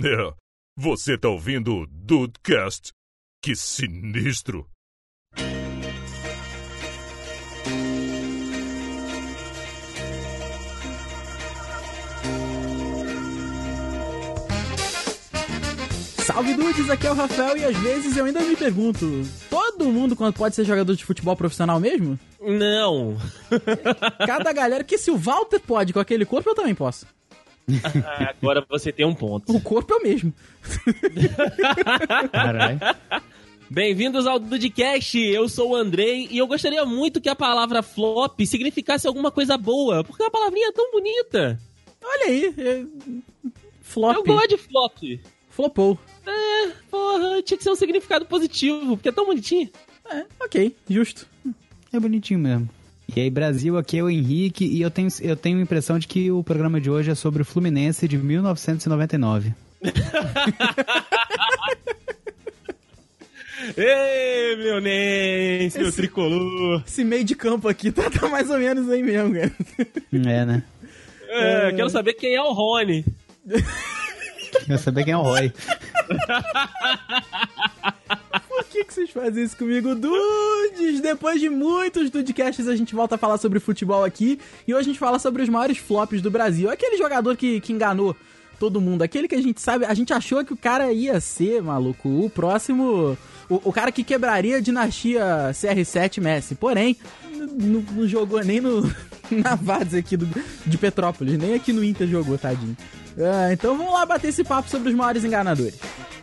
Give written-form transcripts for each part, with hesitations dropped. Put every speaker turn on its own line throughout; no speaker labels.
É, você tá ouvindo o Dudecast? Que sinistro!
Salve dudes, aqui é o Rafael e às vezes eu ainda me pergunto, todo mundo pode ser jogador de futebol profissional mesmo?
Não.
Cada galera, que se o Walter pode com aquele corpo, eu também posso.
Agora você tem um ponto.
O corpo é o mesmo.
Caralho. Bem-vindos ao Dudecast, eu sou o Andrei e eu gostaria muito que a palavra flop significasse alguma coisa boa, porque a palavrinha é tão bonita.
Olha aí, flop.
Eu gosto de flop.
Flopou.
Porra, tinha que ser um significado positivo, porque é tão bonitinho.
Ok, justo.
É bonitinho mesmo. E aí, Brasil, aqui é o Henrique e eu tenho a impressão de que o programa de hoje é sobre o Fluminense de 1999.
Ei, meu Nense, meu tricolor.
Esse meio de campo aqui tá mais ou menos aí mesmo, cara.
É, né?
Quero saber quem é o Rony.
Quero saber quem é o Roy.
Por que vocês fazem isso comigo, dudes? Depois de muitos Dudecasts, a gente volta a falar sobre futebol aqui. E hoje a gente fala sobre os maiores flops do Brasil. Aquele jogador que enganou todo mundo. Aquele que a gente sabe... A gente achou que o cara ia ser, maluco, o próximo... O cara que quebraria a dinastia CR7 Messi. Porém, não jogou nem na Vaz aqui de Petrópolis. Nem aqui no Inter jogou, tadinho. Então vamos lá bater esse papo sobre os maiores enganadores.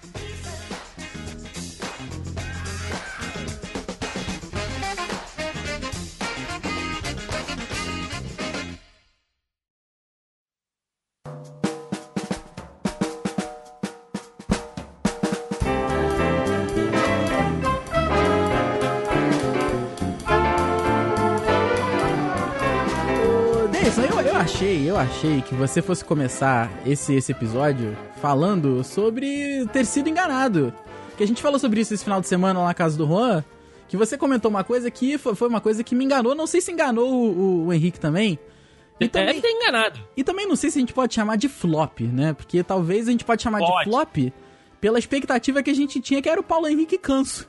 Eu achei que você fosse começar esse episódio falando sobre ter sido enganado. Que a gente falou sobre isso esse final de semana lá na casa do Juan, que você comentou uma coisa que foi uma coisa que me enganou. Não sei se enganou o Henrique também. E também
Deve ter enganado.
E também não sei se a gente pode chamar de flop, né? Porque talvez a gente pode chamar de flop pela expectativa que a gente tinha, que era o Paulo Henrique Ganso.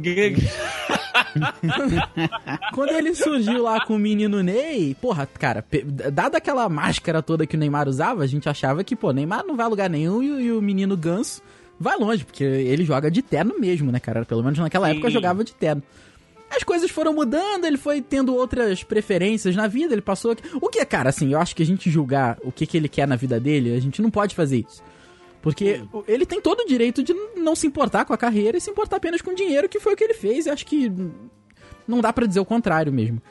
Quando ele surgiu lá com o menino Ney, porra, cara, dada aquela máscara toda que o Neymar usava, a gente achava que, pô, Neymar não vai a lugar nenhum e o menino Ganso vai longe, porque ele joga de terno mesmo, né, cara? Pelo menos naquela época jogava de terno. As coisas foram mudando, ele foi tendo outras preferências na vida, ele passou... O que, cara, assim, eu acho que a gente julgar o que ele quer na vida dele, a gente não pode fazer isso. Porque ele tem todo o direito de não se importar com a carreira e se importar apenas com o dinheiro, que foi o que ele fez. E acho que não dá pra dizer o contrário mesmo.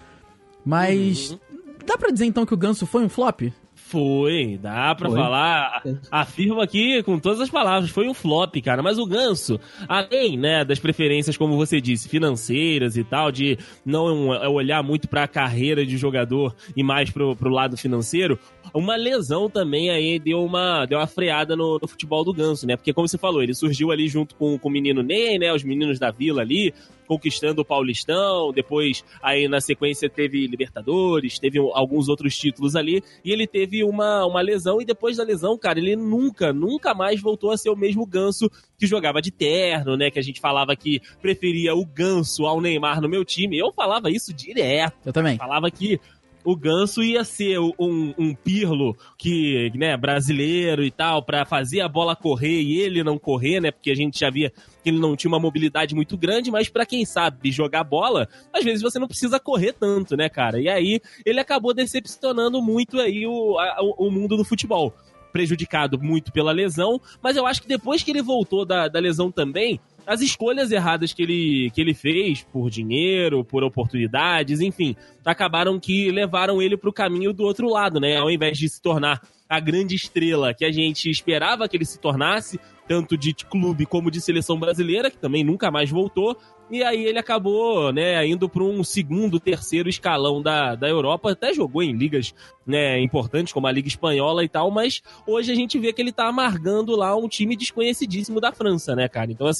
Mas dá pra dizer então que o Ganso foi um flop?
Foi, dá pra falar, afirmo aqui com todas as palavras, foi um flop, cara, mas o Ganso, além, né, das preferências, como você disse, financeiras e tal, de não olhar muito pra carreira de jogador e mais pro lado financeiro, uma lesão também aí deu uma freada no futebol do Ganso, né, porque como você falou, ele surgiu ali junto com o menino Ney, né, os meninos da Vila ali, conquistando o Paulistão, depois aí na sequência teve Libertadores, teve alguns outros títulos ali, e ele teve uma lesão, e depois da lesão, cara, ele nunca mais voltou a ser o mesmo Ganso que jogava de terno, né, que a gente falava que preferia o Ganso ao Neymar no meu time, eu falava isso direto.
Eu também.
Falava que o Ganso ia ser um Pirlo que, né, brasileiro e tal, pra fazer a bola correr e ele não correr, né, porque a gente já via que ele não tinha uma mobilidade muito grande, mas pra quem sabe jogar bola, às vezes você não precisa correr tanto, né, cara? E aí ele acabou decepcionando muito aí o mundo do futebol. Prejudicado muito pela lesão, mas eu acho que depois que ele voltou da lesão também, as escolhas erradas que ele fez, por dinheiro, por oportunidades, enfim, acabaram que levaram ele pro caminho do outro lado, né? Ao invés de se tornar a grande estrela que a gente esperava que ele se tornasse, tanto de clube como de seleção brasileira, que também nunca mais voltou, e aí ele acabou, né, indo para um segundo, terceiro escalão da Europa, até jogou em ligas, né, importantes, como a Liga Espanhola e tal, mas hoje a gente vê que ele tá amargando lá um time desconhecidíssimo da França, né, cara? Então, assim,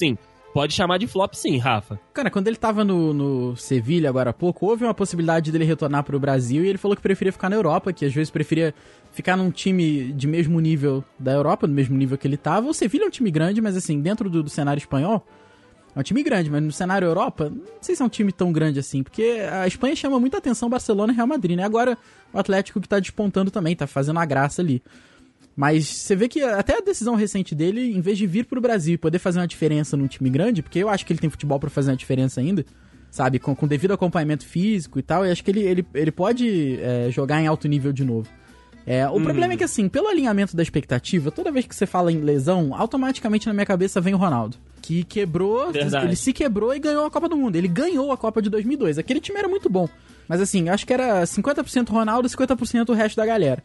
pode chamar de flop sim, Rafa.
Cara, quando ele tava no Sevilha agora há pouco, houve uma possibilidade dele retornar pro Brasil e ele falou que preferia ficar na Europa, que às vezes preferia ficar num time de mesmo nível da Europa, do mesmo nível que ele tava. O Sevilha é um time grande, mas assim, dentro do cenário espanhol, é um time grande, mas no cenário Europa, não sei se é um time tão grande assim, porque a Espanha chama muita atenção Barcelona e Real Madrid, né? Agora o Atlético que tá despontando também, tá fazendo a graça ali. Mas você vê que até a decisão recente dele, em vez de vir pro Brasil e poder fazer uma diferença num time grande, porque eu acho que ele tem futebol pra fazer uma diferença ainda, sabe? Com devido acompanhamento físico e tal, eu acho que ele pode jogar em alto nível de novo. O problema é que, assim, pelo alinhamento da expectativa, toda vez que você fala em lesão, automaticamente na minha cabeça vem o Ronaldo. Que quebrou,
Verdade.
Ele se quebrou e ganhou a Copa do Mundo. Ele ganhou a Copa de 2002. Aquele time era muito bom. Mas, assim, acho que era 50% Ronaldo e 50% o resto da galera.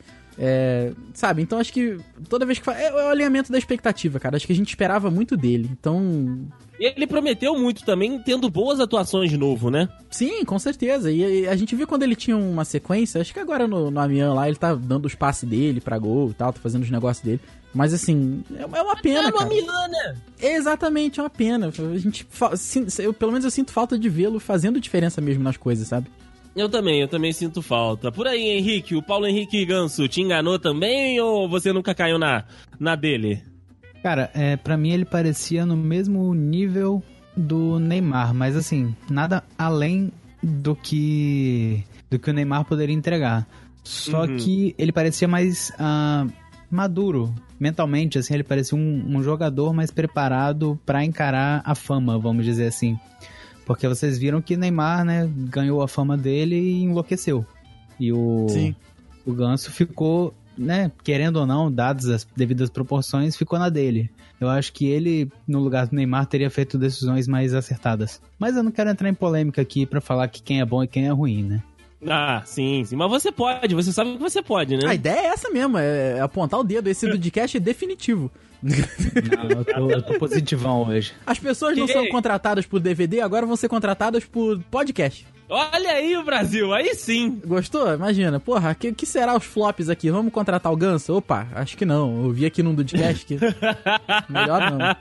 Sabe? Então acho que toda vez que fala. É o alinhamento da expectativa, cara. Acho que a gente esperava muito dele. Então.
E ele prometeu muito também, tendo boas atuações de novo, né?
Sim, com certeza. E a gente viu quando ele tinha uma sequência. Acho que agora no Amiens lá ele tá dando os passes dele pra gol e tal, tá fazendo os negócios dele. Mas assim, é uma pena, cara.
Né?
Exatamente, é uma pena. Pelo menos eu sinto falta de vê-lo fazendo diferença mesmo nas coisas, sabe?
Eu também sinto falta. Por aí, Henrique, o Paulo Henrique Ganso te enganou também ou você nunca caiu na dele?
Cara, pra mim ele parecia no mesmo nível do Neymar, mas assim, nada além do que o Neymar poderia entregar. Só que ele parecia mais maduro mentalmente, assim, ele parecia um jogador mais preparado pra encarar a fama, vamos dizer assim. Porque vocês viram que Neymar, né, ganhou a fama dele e enlouqueceu. E o Ganso ficou, né, querendo ou não, dadas as devidas proporções, ficou na dele. Eu acho que ele, no lugar do Neymar, teria feito decisões mais acertadas. Mas eu não quero entrar em polêmica aqui pra falar que quem é bom e quem é ruim, né?
Ah, sim. Mas você sabe que você pode, né?
A ideia é essa mesmo, é apontar o dedo. Esse podcast é definitivo.
Não, eu tô positivão hoje.
As pessoas não são contratadas por DVD, agora vão ser contratadas por podcast.
Olha aí o Brasil, aí sim.
Gostou? Imagina. Porra, que será os flops aqui? Vamos contratar o Ganso? Opa, acho que não. Eu vi aqui num podcast que... Melhor não.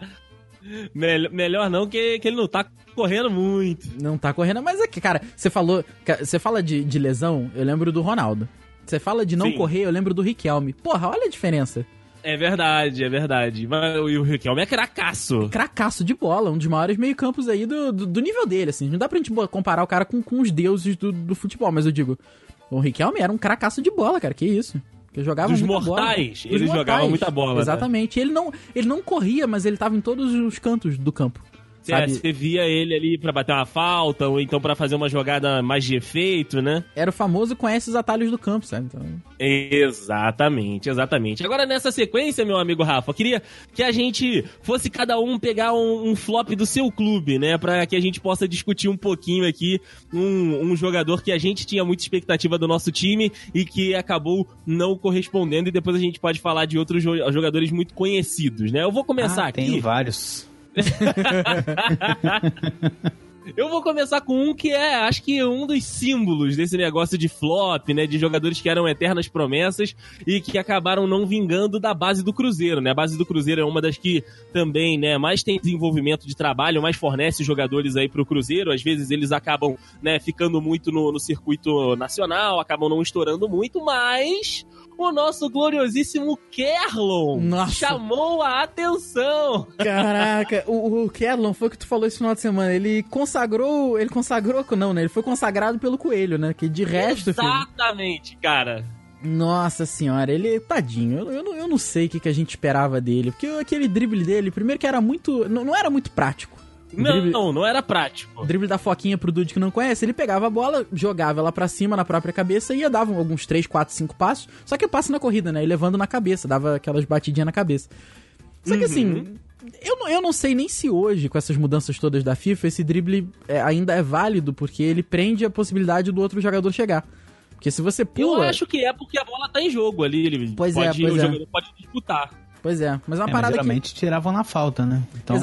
Melhor não, que ele não tá correndo muito.
Não tá correndo, mas é que, cara, você fala de lesão, eu lembro do Ronaldo. Você fala de não correr, eu lembro do Riquelme. Porra, olha a diferença.
É verdade. Mas o Riquelme é cracaço.
Cracaço de bola, um dos maiores meio-campos aí do nível dele, assim. Não dá pra gente comparar o cara com os deuses do futebol, mas eu digo, o Riquelme era um cracaço de bola, cara, que isso. Porque jogava
Dos
muita
mortais,
bola.
ele jogava muita bola.
Exatamente. Né? Ele não corria, mas ele tava em todos os cantos do campo.
Você via ele ali pra bater uma falta, ou então pra fazer uma jogada mais de efeito, né?
Era o famoso conhece os atalhos do campo, sabe? Então...
Exatamente. Agora, nessa sequência, meu amigo Rafa, eu queria que a gente fosse cada um pegar um flop do seu clube, né? Pra que a gente possa discutir um pouquinho aqui um jogador que a gente tinha muita expectativa do nosso time e que acabou não correspondendo, e depois a gente pode falar de outros jogadores muito conhecidos, né? Eu vou começar aqui...
Tem vários...
Eu vou começar com um que acho que um dos símbolos desse negócio de flop, né, de jogadores que eram eternas promessas e que acabaram não vingando da base do Cruzeiro, né? A base do Cruzeiro é uma das que também, né, mais tem desenvolvimento de trabalho, mais fornece jogadores aí pro Cruzeiro. Às vezes eles acabam, né, ficando muito no circuito nacional, acabam não estourando muito, mas... O nosso gloriosíssimo Kerlon chamou a atenção.
Caraca, o Kerlon foi o que tu falou esse final de semana. Ele consagrou, não, né? Ele foi consagrado pelo Coelho, né? Que de resto...
Exatamente, filho, cara.
Nossa senhora, ele, tadinho, eu não sei o que a gente esperava dele. Porque aquele drible dele, primeiro que era muito... Não era muito prático.
Não era prático.
O drible da Foquinha pro Dude que não conhece, ele pegava a bola, jogava ela pra cima na própria cabeça e ia dar alguns 3, 4, 5 passos, só que passe na corrida, né? E levando na cabeça, dava aquelas batidinhas na cabeça. Só que assim, eu não sei nem se hoje, com essas mudanças todas da FIFA, esse drible ainda é válido, porque ele prende a possibilidade do outro jogador chegar. Porque se você pula...
Eu acho que é porque a bola tá em jogo ali, o jogador pode disputar.
Pois é, mas é uma parada
geralmente que... tiravam na falta, né? Então...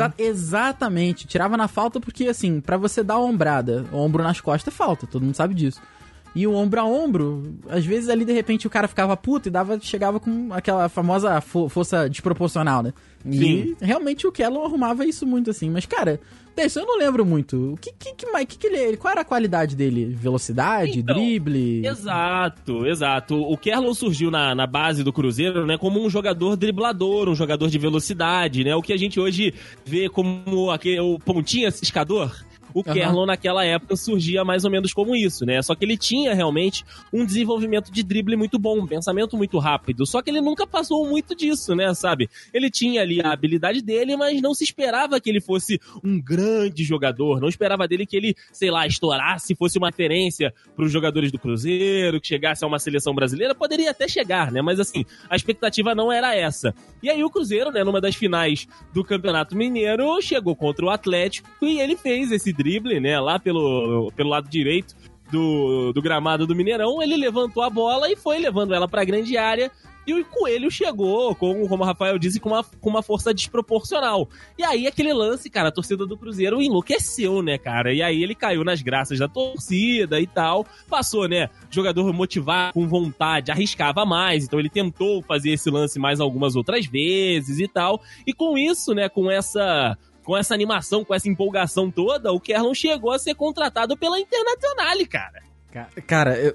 Exatamente, tirava na falta porque, assim, pra você dar a ombrada, ombro nas costas é falta, todo mundo sabe disso. E o ombro a ombro, às vezes ali de repente o cara ficava puto e chegava com aquela famosa força desproporcional, né? E
Sim.
realmente o Kellon arrumava isso muito assim. Mas, cara, desse eu não lembro muito. Qual era a qualidade dele? Velocidade,
Então,
drible?
Exato. O Kellon surgiu na base do Cruzeiro, né, como um jogador driblador, um jogador de velocidade, né? O que a gente hoje vê como o pontinha ciscador. O Kellon naquela época surgia mais ou menos como isso, né? Só que ele tinha realmente um desenvolvimento de drible muito bom, um pensamento muito rápido. Só que ele nunca passou muito disso, né, sabe? Ele tinha ali a habilidade dele, mas não se esperava que ele fosse um grande jogador. Não esperava dele que ele, sei lá, estourasse, fosse uma referência para os jogadores do Cruzeiro, que chegasse a uma seleção brasileira. Poderia até chegar, né? Mas assim, a expectativa não era essa. E aí o Cruzeiro, né, numa das finais do Campeonato Mineiro, chegou contra o Atlético e ele fez esse drible, né, lá pelo lado direito do gramado do Mineirão. Ele levantou a bola e foi levando ela pra grande área. E o Coelho chegou, como o Rafael disse, com uma força desproporcional. E aí, aquele lance, cara, a torcida do Cruzeiro enlouqueceu, né, cara? E aí ele caiu nas graças da torcida e tal. Passou, né, jogador motivado, com vontade, arriscava mais. Então ele tentou fazer esse lance mais algumas outras vezes e tal. E com isso, né, com essa animação, com essa empolgação toda, o Kellon chegou a ser contratado pela Internazionale, cara.
Cara, eu...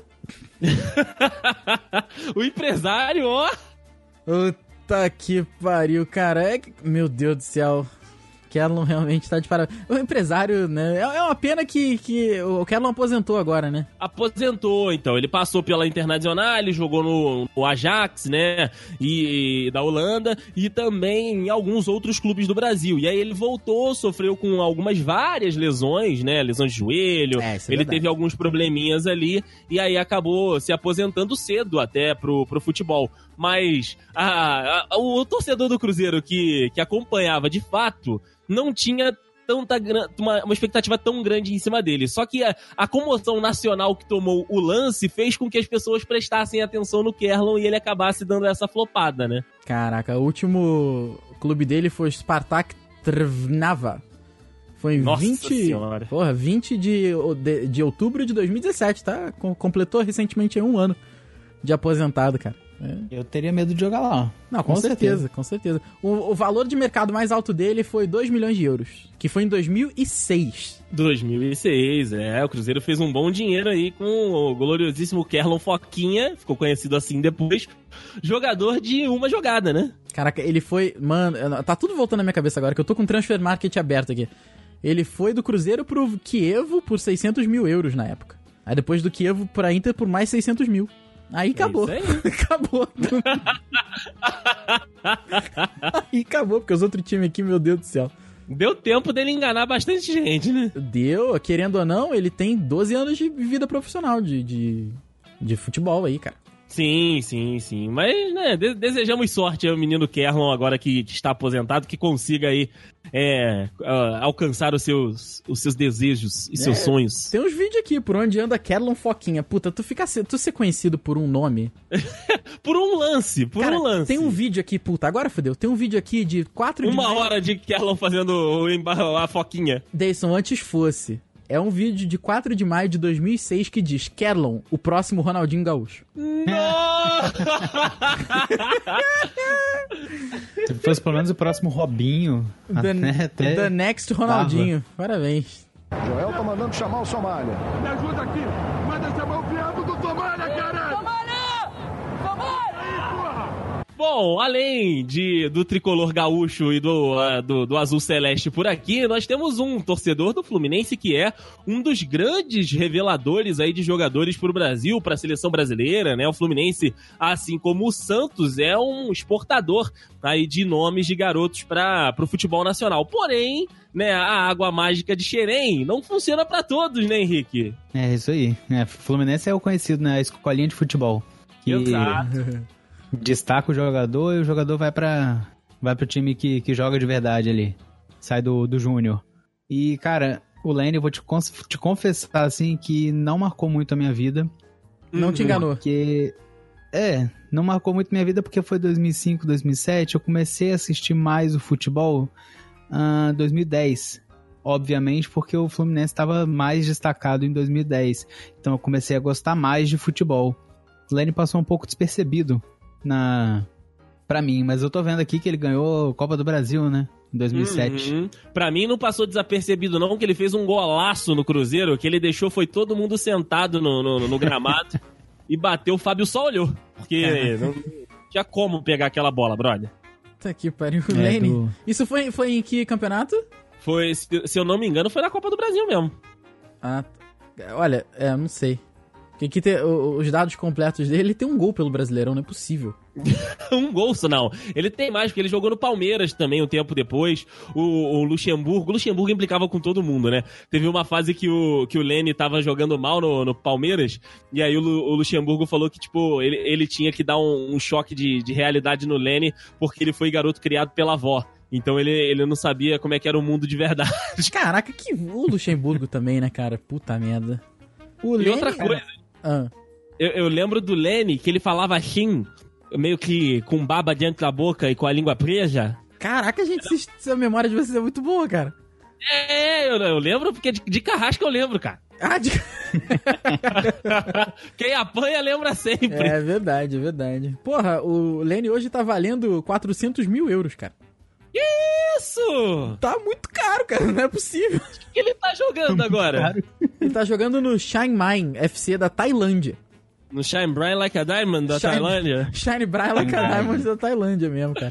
O empresário, ó...
Puta que pariu, cara. Meu Deus do céu. Kellon realmente tá de parabéns. O empresário, né? É uma pena que o Kellon aposentou agora, né?
Aposentou, então. Ele passou pela Internazionale, jogou no Ajax, né? E da Holanda, e também em alguns outros clubes do Brasil. E aí ele voltou, sofreu com várias lesões, né? Lesões de joelho. Ele teve alguns probleminhas ali, e aí acabou se aposentando cedo até pro futebol. Mas o torcedor do Cruzeiro que acompanhava de fato não tinha uma expectativa tão grande em cima dele. Só que a comoção nacional que tomou o lance fez com que as pessoas prestassem atenção no Kellon e ele acabasse dando essa flopada, né?
Caraca, o último clube dele foi o Spartak Trnava. Foi em 20 de outubro de 2017, tá? Completou recentemente um ano de aposentado, cara.
Eu teria medo de jogar lá.
Não, com certeza. O valor de mercado mais alto dele foi 2 milhões de euros, que foi em 2006.
2006, o Cruzeiro fez um bom dinheiro aí com o gloriosíssimo Kellon Foquinha, ficou conhecido assim depois, jogador de uma jogada, né?
Caraca, ele foi... Mano, tá tudo voltando na minha cabeça agora, que eu tô com o Transfer Market aberto aqui. Ele foi do Cruzeiro pro Kievo por 600 mil euros na época. Aí depois do Kievo pra Inter por mais 600 mil. Aí acabou. Acabou. Aí acabou, porque os outros times aqui, meu Deus do céu.
Deu tempo dele enganar bastante gente, né?
Deu, querendo ou não, ele tem 12 anos de vida profissional de futebol aí, cara.
Sim. Mas, né, desejamos sorte ao menino Kellon agora que está aposentado, que consiga aí alcançar os seus desejos e seus sonhos.
Tem uns vídeos aqui, por onde anda Kellon Foquinha. Puta, tu ser conhecido por um nome...
Por um lance.
Tem um vídeo aqui, puta, agora fodeu. Tem um vídeo aqui de 4 de maio...
Uma hora de Kellon fazendo a Foquinha.
Deison, antes fosse... É um vídeo de 4 de maio de 2006 que diz Kellon, o próximo Ronaldinho Gaúcho.
Se fosse pelo menos o próximo Robinho.
The next Ronaldinho. Dava. Parabéns.
Joel tá mandando chamar o Somália. Me ajuda aqui. Manda chamar o viado do Somália, caralho. Somália!
Bom, além do tricolor gaúcho e do azul celeste por aqui, nós temos um torcedor do Fluminense que é um dos grandes reveladores aí de jogadores pro Brasil, pra seleção brasileira, né? O Fluminense, assim como o Santos, é um exportador aí de nomes de garotos pro futebol nacional. Porém, né, a água mágica de Xerém não funciona pra todos, né, Henrique?
É isso aí. Fluminense é o conhecido, né? A escolinha de futebol.
Exato.
Destaca o jogador e o jogador vai pro time que joga de verdade ali. Sai do Júnior. E, cara, o Lene, eu vou te confessar, assim, que não marcou muito a minha vida.
Não te enganou.
Porque... não marcou muito minha vida porque foi 2005, 2007. Eu comecei a assistir mais o futebol 2010. obviamente, porque o Fluminense estava mais destacado em 2010. Então eu comecei a gostar mais de futebol. O Lene passou um pouco despercebido pra mim, mas eu tô vendo aqui que ele ganhou a Copa do Brasil, né? Em 2007.
Pra mim não passou desapercebido não, que ele fez um golaço no Cruzeiro, que ele deixou, foi todo mundo sentado no gramado e bateu, o Fábio só olhou, porque não tinha como pegar aquela bola, brother.
Tá aqui, pariu. Lene. Isso foi em que campeonato?
Foi, se eu não me engano, foi na Copa do Brasil mesmo.
Ah, olha, não sei. Porque aqui tem os dados completos dele, ele tem um gol pelo Brasileirão, não é possível.
Um gol, não. Ele tem mais, porque ele jogou no Palmeiras também um tempo depois. O Luxemburgo implicava com todo mundo, né? Teve uma fase que o Lene tava jogando mal no Palmeiras, e aí o Luxemburgo falou que, tipo, ele tinha que dar um choque de realidade no Lene, porque ele foi garoto criado pela avó. Então ele não sabia como é que era o mundo de verdade.
Caraca, que o Luxemburgo também, né, cara? Puta merda.
E Lene, outra coisa... Eu lembro do Lene que ele falava assim, meio que com baba dentro da boca e com a língua presa.
Caraca, gente, a memória de vocês é muito boa, cara.
Eu lembro porque de carrasco eu lembro, cara. Quem apanha lembra sempre.
É verdade, é verdade. Porra, o Lene hoje tá valendo 400 mil euros, cara.
Que isso?
Tá muito caro, cara, não é possível.
O que ele tá jogando agora?
Ele tá jogando no Chiang Mai FC da Tailândia.
No Shine Bright Like a Diamond da Tailândia?
Shine Bright Like a Diamond da Tailândia mesmo, cara.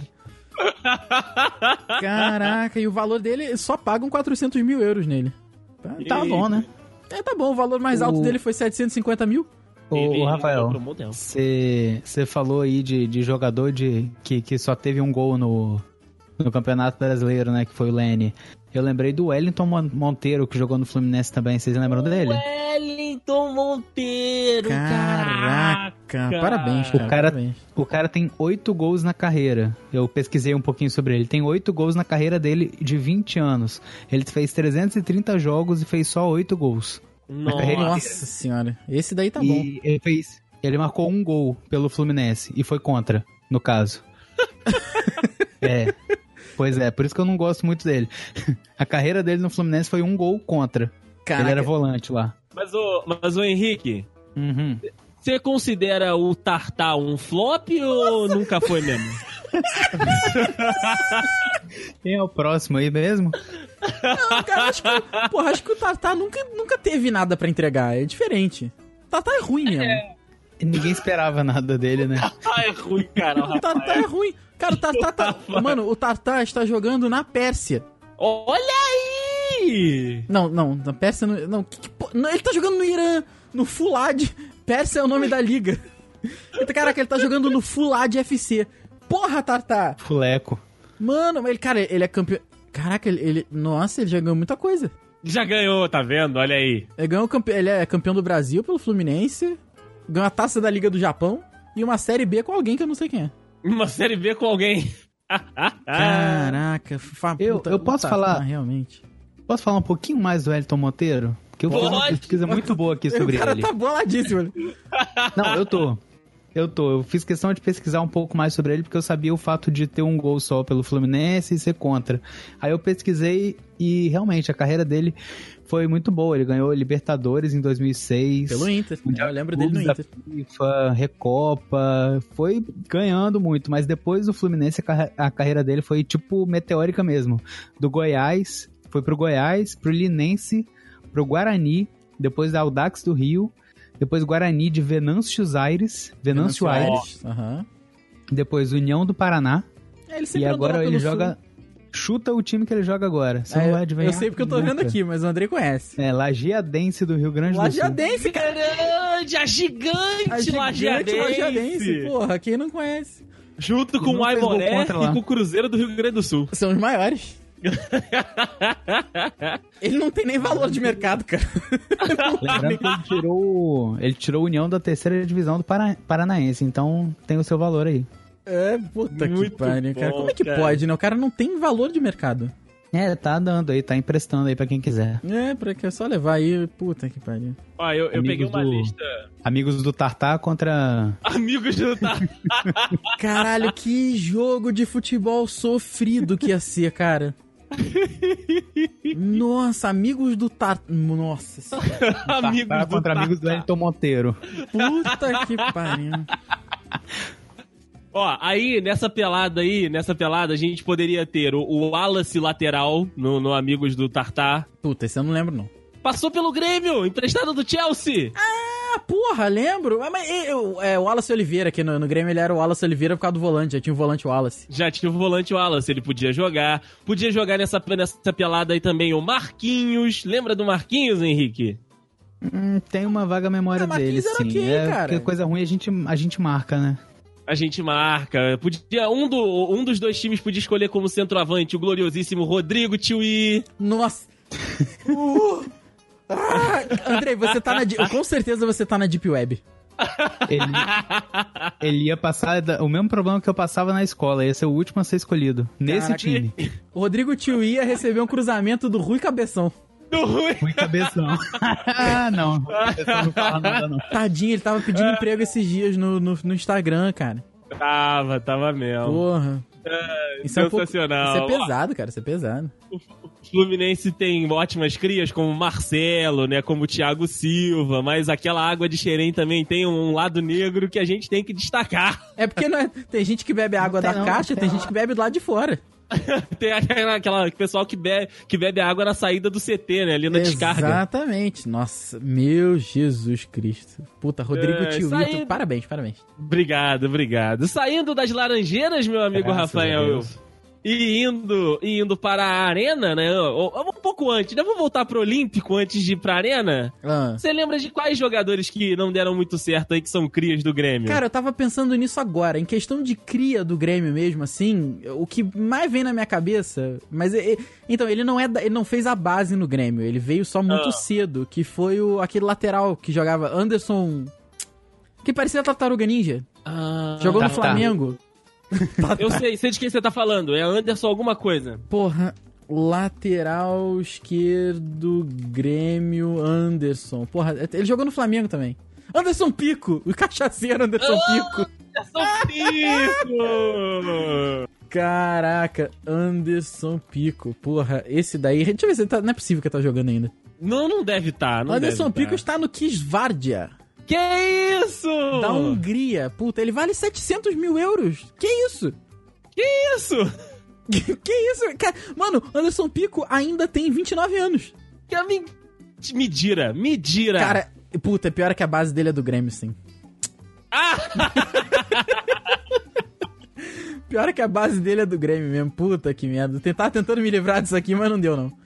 Caraca, e o valor dele, só pagam 400 mil euros nele.
Tá bom, né?
Tá bom, o valor mais alto dele foi 750 mil.
Ô, Rafael, você falou aí de jogador que só teve um gol no Campeonato Brasileiro, né, que foi o Lene. Eu lembrei do Wellington Monteiro, que jogou no Fluminense também. Vocês lembram dele?
Wellington Monteiro,
caraca. Parabéns, cara.
O cara tem 8 gols na carreira. Eu pesquisei um pouquinho sobre ele. Tem 8 gols na carreira dele de 20 anos. Ele fez 330 jogos e fez só 8 gols.
Nossa senhora. Esse daí tá bom.
Ele marcou um gol pelo Fluminense e foi contra, no caso. Pois é, por isso que eu não gosto muito dele. A carreira dele no Fluminense foi um gol contra. Caraca. Ele era volante lá.
Mas o Henrique, você considera o Tartar um flop ou nunca foi mesmo?
Quem é o próximo aí mesmo?
Não, cara, acho que o Tartar nunca teve nada pra entregar. É diferente. O Tartar é ruim mesmo.
Ninguém esperava nada dele, né?
O Tartar é ruim, cara.
O Tartar é ruim. Cara, o Tartar tá... Mano, o Tartar está jogando na Pérsia.
Olha aí!
Não, na Pérsia... Não, ele tá jogando no Irã, no Fulad. Pérsia é o nome da liga. Caraca, ele tá jogando no Fulad FC. Porra, Tartar!
Fuleco.
Mano, ele é campeão... Caraca, nossa, ele já ganhou muita coisa.
Já ganhou, tá vendo? Olha aí.
Ele é campeão do Brasil pelo Fluminense, ganhou a taça da Liga do Japão e uma Série B com alguém que eu não sei quem é.
Uma Série B com alguém.
Caraca,
eu posso falar...
Realmente.
Posso falar um pouquinho mais do Wellington Monteiro? Porque eu fiz uma pesquisa muito boa aqui sobre ele. O cara
tá boladíssimo.
Não, eu tô. Eu fiz questão de pesquisar um pouco mais sobre ele, porque eu sabia o fato de ter um gol só pelo Fluminense e ser contra. Aí eu pesquisei e realmente a carreira dele foi muito boa. Ele ganhou Libertadores em 2006.
Pelo Inter. Eu lembro dele no Inter.
FIFA, Recopa, foi ganhando muito. Mas depois do Fluminense a carreira dele foi tipo meteórica mesmo. Do Goiás, foi pro Goiás, pro Linense, pro Guarani, depois da Audax do Rio, depois Guarani de Venâncio Aires, depois União do Paraná, e agora ele joga... Chuta o time que ele joga agora. Você não vai adivinhar.
Eu sei porque eu tô vendo aqui, mas o Andrei conhece.
Lajeadense do Rio Grande do Sul.
Lajeadense, cara.
A gigante Lajeadense.
Porra, quem não conhece?
Junto com o Aimoré e com o Cruzeiro do Rio Grande do Sul.
São os maiores. Ele não tem nem valor de mercado, cara.
Lembrando que ele tirou a União da 3ª divisão do Paranaense, então tem o seu valor aí.
Puta que pariu, cara. Como é que pode, né? O cara não tem valor de mercado.
Tá dando aí, tá emprestando aí pra quem quiser.
Porque é só levar aí, puta que pariu.
Eu peguei uma lista...
Amigos do Tartar contra...
Amigos do Tartar.
Caralho, que jogo de futebol sofrido que ia ser, cara. Nossa, amigos do Nossa.
Amigos
contra amigos do Wellington Monteiro.
Puta que pariu.
Ó, aí, nessa pelada a gente poderia ter o Wallace lateral no Amigos do Tartar.
Puta, esse eu não lembro, não.
Passou pelo Grêmio, emprestado do Chelsea.
Ah, porra, lembro. Mas o Wallace Oliveira, que no Grêmio ele era o Wallace Oliveira por causa do volante, já tinha o volante Wallace.
Já tinha o volante Wallace, ele podia jogar. Podia jogar nessa pelada aí também o Marquinhos. Lembra do Marquinhos, Henrique?
Tem uma vaga memória dele,
Marquinhos era
sim.
ok, cara.
Porque coisa ruim a gente marca, né?
A gente marca. Podia, um dos dois times podia escolher como centroavante o gloriosíssimo Rodrigo Tiuí.
Nossa. Andrei, você tá com certeza você tá na Deep Web.
Ele ia passar o mesmo problema que eu passava na escola. Ia ser o último a ser escolhido. Nesse
Caraca.
time.
O Rodrigo Tiuí ia receber um cruzamento do Rui Cabeção.
Do Rui.
Rui Cabeção. Não. Cabeção não fala nada, não.
Tadinho, ele tava pedindo emprego esses dias no Instagram, cara.
Tava mesmo.
Porra. Isso
sensacional.
Isso é pesado, cara. Isso é pesado.
O Fluminense tem ótimas crias como Marcelo, né, como Thiago Silva, mas aquela água de Xerém também tem um lado negro que a gente tem que destacar.
É porque tem gente que bebe água da caixa, tem gente que bebe do lado de fora.
Tem aquela pessoal que bebe água na saída do CT, né, ali na descarga.
Exatamente. Nossa, meu Jesus Cristo. Puta, Rodrigo Tiuí, parabéns.
Obrigado. Saindo das Laranjeiras, meu amigo Rafael, e indo para a Arena, né? Um pouco antes, né? Vamos voltar pro Olímpico antes de ir pra Arena? Você lembra de quais jogadores que não deram muito certo aí, que são crias do Grêmio?
Cara, eu tava pensando nisso agora. Em questão de cria do Grêmio mesmo, assim, o que mais vem na minha cabeça... Mas, então, ele não fez a base no Grêmio. Ele veio só muito cedo, que foi aquele lateral que jogava Anderson... Que parecia a Tartaruga Ninja. Jogou no Flamengo.
Eu sei de quem você tá falando. É Anderson alguma coisa.
Porra, lateral esquerdo, Grêmio, Anderson. Porra, ele jogou no Flamengo também. Anderson Pico, o cachaceiro Anderson Pico.
Anderson Pico!
Caraca, Anderson Pico. Porra, esse daí... Deixa eu ver se não é possível que ele tá jogando ainda.
Não deve estar.
Anderson Pico está no Kisvardia.
Que isso?
Da Hungria. Puta, ele vale 700 mil euros. Que isso?
Que isso?
Que isso? Mano, Anderson Pico ainda tem 29 anos.
Medira.
Cara, puta, pior é que a base dele é do Grêmio, sim. Pior é que a base dele é do Grêmio mesmo. Puta que merda. Tava tentando me livrar disso aqui, mas não deu, não.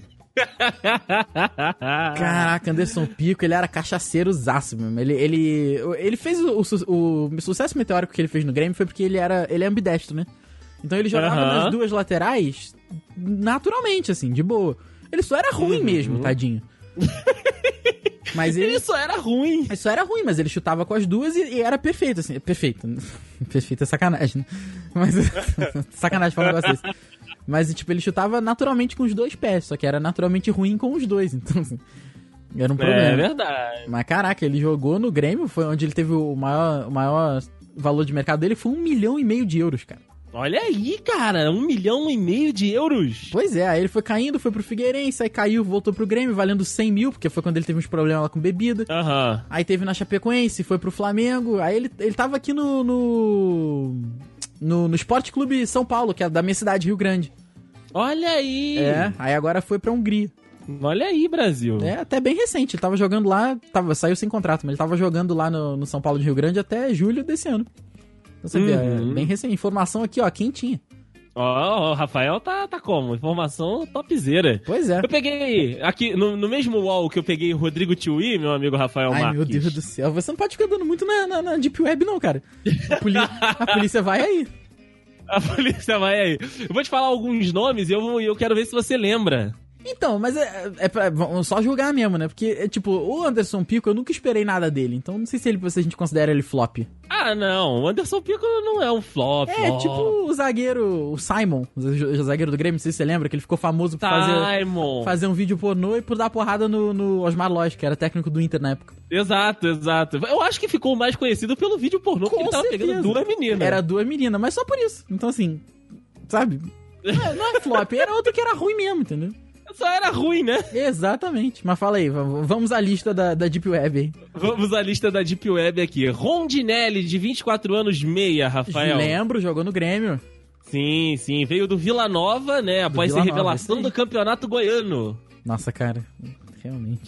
Caraca, Anderson Pico, ele era cachaceiro-zaço mesmo. Ele fez o sucesso meteórico que ele fez no Grêmio foi porque ele é ambidestro, né? Então ele jogava nas duas laterais naturalmente, assim, de boa. Ele só era ruim mesmo, tadinho. Mas ele
só era ruim.
Isso era ruim, mas ele chutava com as duas e era perfeito, assim. Perfeito. Perfeito é sacanagem, né? Mas sacanagem falar um negócio desse. Mas, tipo, ele chutava naturalmente com os dois pés, só que era naturalmente ruim com os dois, então, assim, era um problema.
É verdade.
Mas, caraca, ele jogou no Grêmio, foi onde ele teve o maior valor de mercado dele, foi 1,5 milhão de euros, cara.
Olha aí, cara, 1,5 milhão de euros.
Pois é, aí ele foi caindo, foi pro Figueirense, aí caiu, voltou pro Grêmio, valendo 100 mil, porque foi quando ele teve uns problemas lá com bebida. Aí teve na Chapecoense, foi pro Flamengo, aí ele tava aqui no Esporte Clube São Paulo, que é da minha cidade, Rio Grande.
Olha aí!
Aí agora foi pra Hungria.
Olha aí, Brasil.
Até bem recente, ele tava jogando lá, saiu sem contrato, mas ele tava jogando lá no São Paulo de Rio Grande até julho desse ano. Então você vê, bem recente, informação aqui, ó, quentinha.
O Rafael tá como? Informação topzera.
Pois é.
Eu peguei, aqui, no mesmo wall que eu peguei o Rodrigo Tiuí, meu amigo Rafael Marques.
Ai, meu Deus do céu, você não pode ficar dando muito na Deep Web não, cara. A polícia vai aí.
A polícia vai aí. Eu vou te falar alguns nomes e eu quero ver se você lembra.
Então, mas é pra só julgar mesmo, né? Porque, tipo, o Anderson Pico, eu nunca esperei nada dele. Então, não sei se a gente considera ele flop.
Não. O Anderson Pico não é um flop.
Tipo o zagueiro, o Simon, o zagueiro do Grêmio, não sei se você lembra, que ele ficou famoso por fazer um vídeo pornô e por dar porrada no Osmar Loz, que era técnico do Inter na época.
Exato. Eu acho que ficou mais conhecido pelo vídeo pornô, porque ele tava pegando duas meninas.
Era duas meninas, mas só por isso. Então, assim, sabe... Não é flop, era outro que era ruim mesmo, entendeu?
Só era ruim, né?
Exatamente. Mas fala aí, vamos à lista da Deep Web aí.
Vamos à lista da Deep Web aqui. Rondinelli, de 24 anos, meia, Rafael.
Lembro, jogou no Grêmio.
Sim, veio do Vila Nova, né? Após ser revelação do Campeonato Goiano.
Nossa, cara, realmente.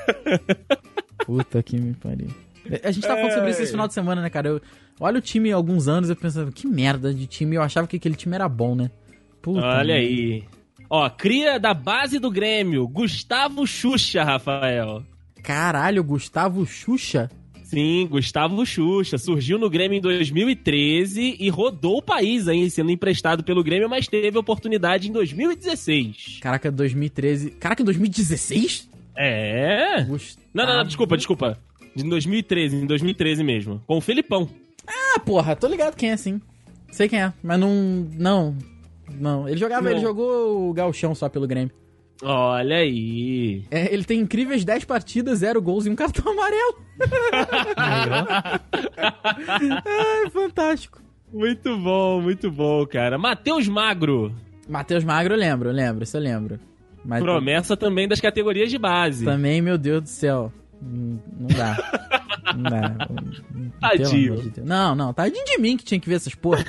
Puta que me pariu. A gente tava falando sobre isso esse final de semana, né, cara? Olha o time há alguns anos, eu pensava, que merda de time. Eu achava que aquele time era bom, né? Puta.
Olha aí. Ó, cria da base do Grêmio, Gustavo Xuxa, Rafael.
Caralho, Gustavo Xuxa?
Sim, Gustavo Xuxa. Surgiu no Grêmio em 2013 e rodou o país aí, sendo emprestado pelo Grêmio, mas teve oportunidade em 2016.
Caraca, 2013... Caraca, em 2016?
É?
Gustavo...
Não, desculpa. Em 2013 mesmo. Com o Felipão.
Ah, porra, tô ligado quem é, sim. Sei quem é, mas não... Ele jogou o Gauchão só pelo Grêmio.
Olha aí.
Ele tem incríveis 10 partidas, 0 gols e um cartão amarelo. Ai, fantástico.
Muito bom, cara. Matheus Magro, eu lembro. Mas promessa também das categorias de base.
Também, meu Deus do céu. Não dá.
Tadinho.
Não, tadinho de mim que tinha que ver essas porra.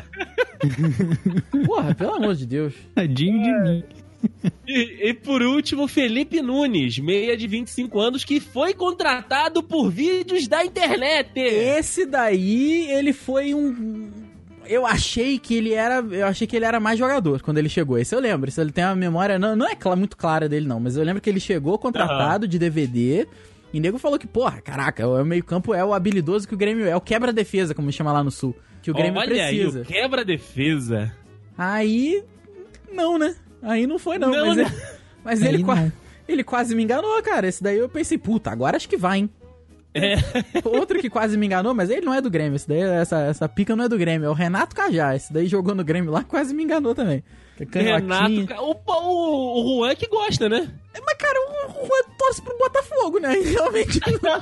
Porra, pelo amor de Deus.
Tadinho de mim.
E por último, Felipe Nunes, meia de 25 anos, que foi contratado por vídeos da internet.
Esse daí, ele foi Eu achei que ele era mais jogador quando ele chegou. Esse eu lembro. Esse ele tem uma memória... Não é muito clara dele, não. Mas eu lembro que ele chegou contratado de DVD... E nego falou que, porra, caraca, o meio-campo é o habilidoso que o Grêmio é o quebra-defesa, como chama lá no Sul. Que o Grêmio precisa.
Aí, o quebra-defesa.
Aí, não, né? Aí não foi, não. Mas ele quase me enganou, cara. Esse daí eu pensei, puta, agora acho que vai, hein? Outro que quase me enganou, mas ele não é do Grêmio. Esse daí, essa pica não é do Grêmio. É o Renato Cajá. Esse daí jogou no Grêmio lá, quase me enganou também.
Renato, o Juan que gosta, né?
Mas, cara, o Juan torce pro Botafogo, né? Realmente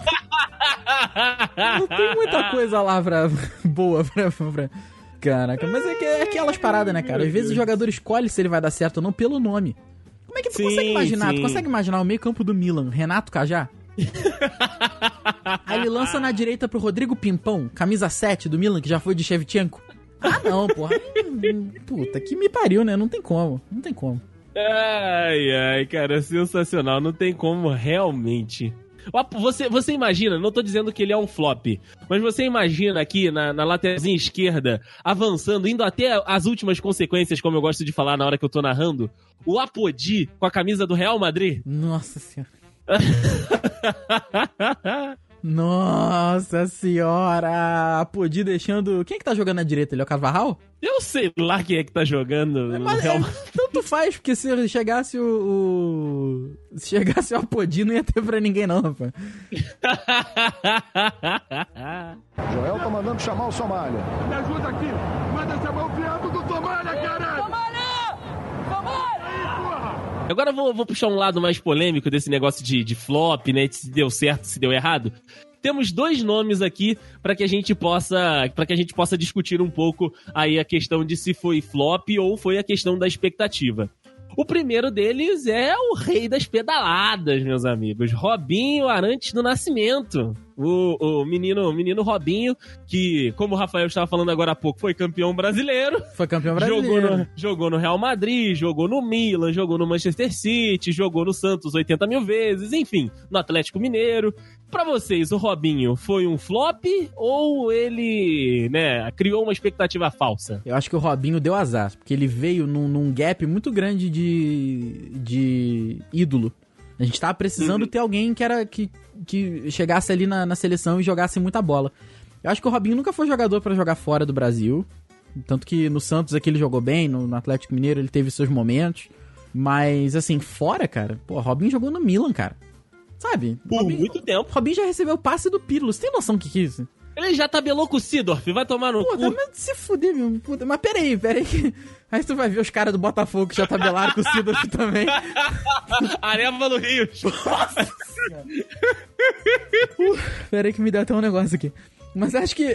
não tem muita coisa lá boa pra... Caraca, mas é aquelas paradas, né, cara? Às vezes o jogador escolhe se ele vai dar certo ou não pelo nome. Como é que tu consegue imaginar? Tu consegue imaginar o meio campo do Milan, Renato Cajá? Aí ele lança na direita pro Rodrigo Pimpão, camisa 7 do Milan, que já foi de Shevchenko. Ah, não, porra. Puta, que me pariu, né? Não tem como.
Ai, cara, sensacional. Não tem como, realmente. Você imagina, não tô dizendo que ele é um flop, mas você imagina aqui na lateralzinha esquerda, avançando, indo até as últimas consequências, como eu gosto de falar na hora que eu tô narrando, o Apodi com a camisa do Real Madrid.
Nossa senhora. Nossa senhora! Apodi deixando... Quem é que tá jogando na direita? Ele é o Carvajal?
Eu sei lá quem é que tá jogando.
Tanto faz, porque se chegasse Se chegasse o Apodi, não ia ter pra ninguém não, rapaz.
Joel tá mandando chamar o Somália. Me ajuda aqui! Manda chamar o viado do Somália, caralho! Somália!
Agora eu vou puxar um lado mais polêmico desse negócio de flop, né? De se deu certo, se deu errado. Temos 2 nomes aqui para que a gente possa discutir um pouco aí a questão de se foi flop ou foi a questão da expectativa. O primeiro deles é o rei das pedaladas, meus amigos, Robinho Arantes do Nascimento. O menino Robinho, que, como o Rafael estava falando agora há pouco, foi campeão brasileiro. Jogou no Real Madrid, jogou no Milan, jogou no Manchester City, jogou no Santos 80 mil vezes, enfim, no Atlético Mineiro. Pra vocês, o Robinho foi um flop ou ele, né, criou uma expectativa falsa?
Eu acho que o Robinho deu azar, porque ele veio num gap muito grande de ídolo. A gente tava precisando ter alguém que chegasse ali na seleção e jogasse muita bola. Eu acho que o Robinho nunca foi jogador pra jogar fora do Brasil. Tanto que no Santos aqui ele jogou bem, no Atlético Mineiro ele teve seus momentos. Mas, assim, fora, cara, pô, o Robinho jogou no Milan, cara. Sabe?
Por muito tempo.
O Robinho já recebeu o passe do Pirlo. Você tem noção do que é isso?
Ele já tabelou com o Sidorf, vai tomar no cu.
Mas se fuder, meu. Puta. Mas peraí que... Aí tu vai ver os caras do Botafogo que já tabelaram com o Sidorf também.
Areva no Rio.
Nossa. Peraí que me deu até um negócio aqui. Mas eu acho que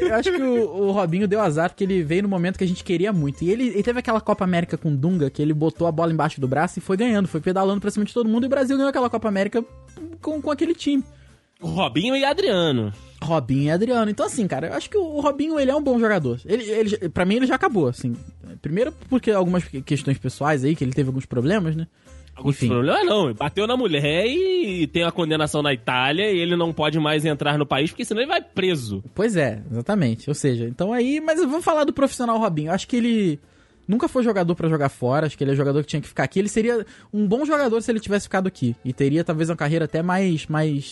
o Robinho deu azar porque ele veio no momento que a gente queria muito. E ele teve aquela Copa América com o Dunga, que ele botou a bola embaixo do braço e foi ganhando, foi pedalando pra cima de todo mundo, e o Brasil ganhou aquela Copa América com aquele time.
O Robinho e Adriano.
Robinho e Adriano. Então, assim, cara, eu acho que o Robinho, ele é um bom jogador. Pra mim, ele já acabou, assim. Primeiro porque algumas questões pessoais aí, que ele teve alguns problemas, né?
Enfim. Problema não, bateu na mulher e tem a condenação na Itália e ele não pode mais entrar no país, porque senão ele vai preso.
Pois é, exatamente. Ou seja, então aí... Mas vamos falar do profissional Robinho. Eu acho que ele nunca foi jogador pra jogar fora, acho que ele é jogador que tinha que ficar aqui. Ele seria um bom jogador se ele tivesse ficado aqui. E teria talvez uma carreira até mais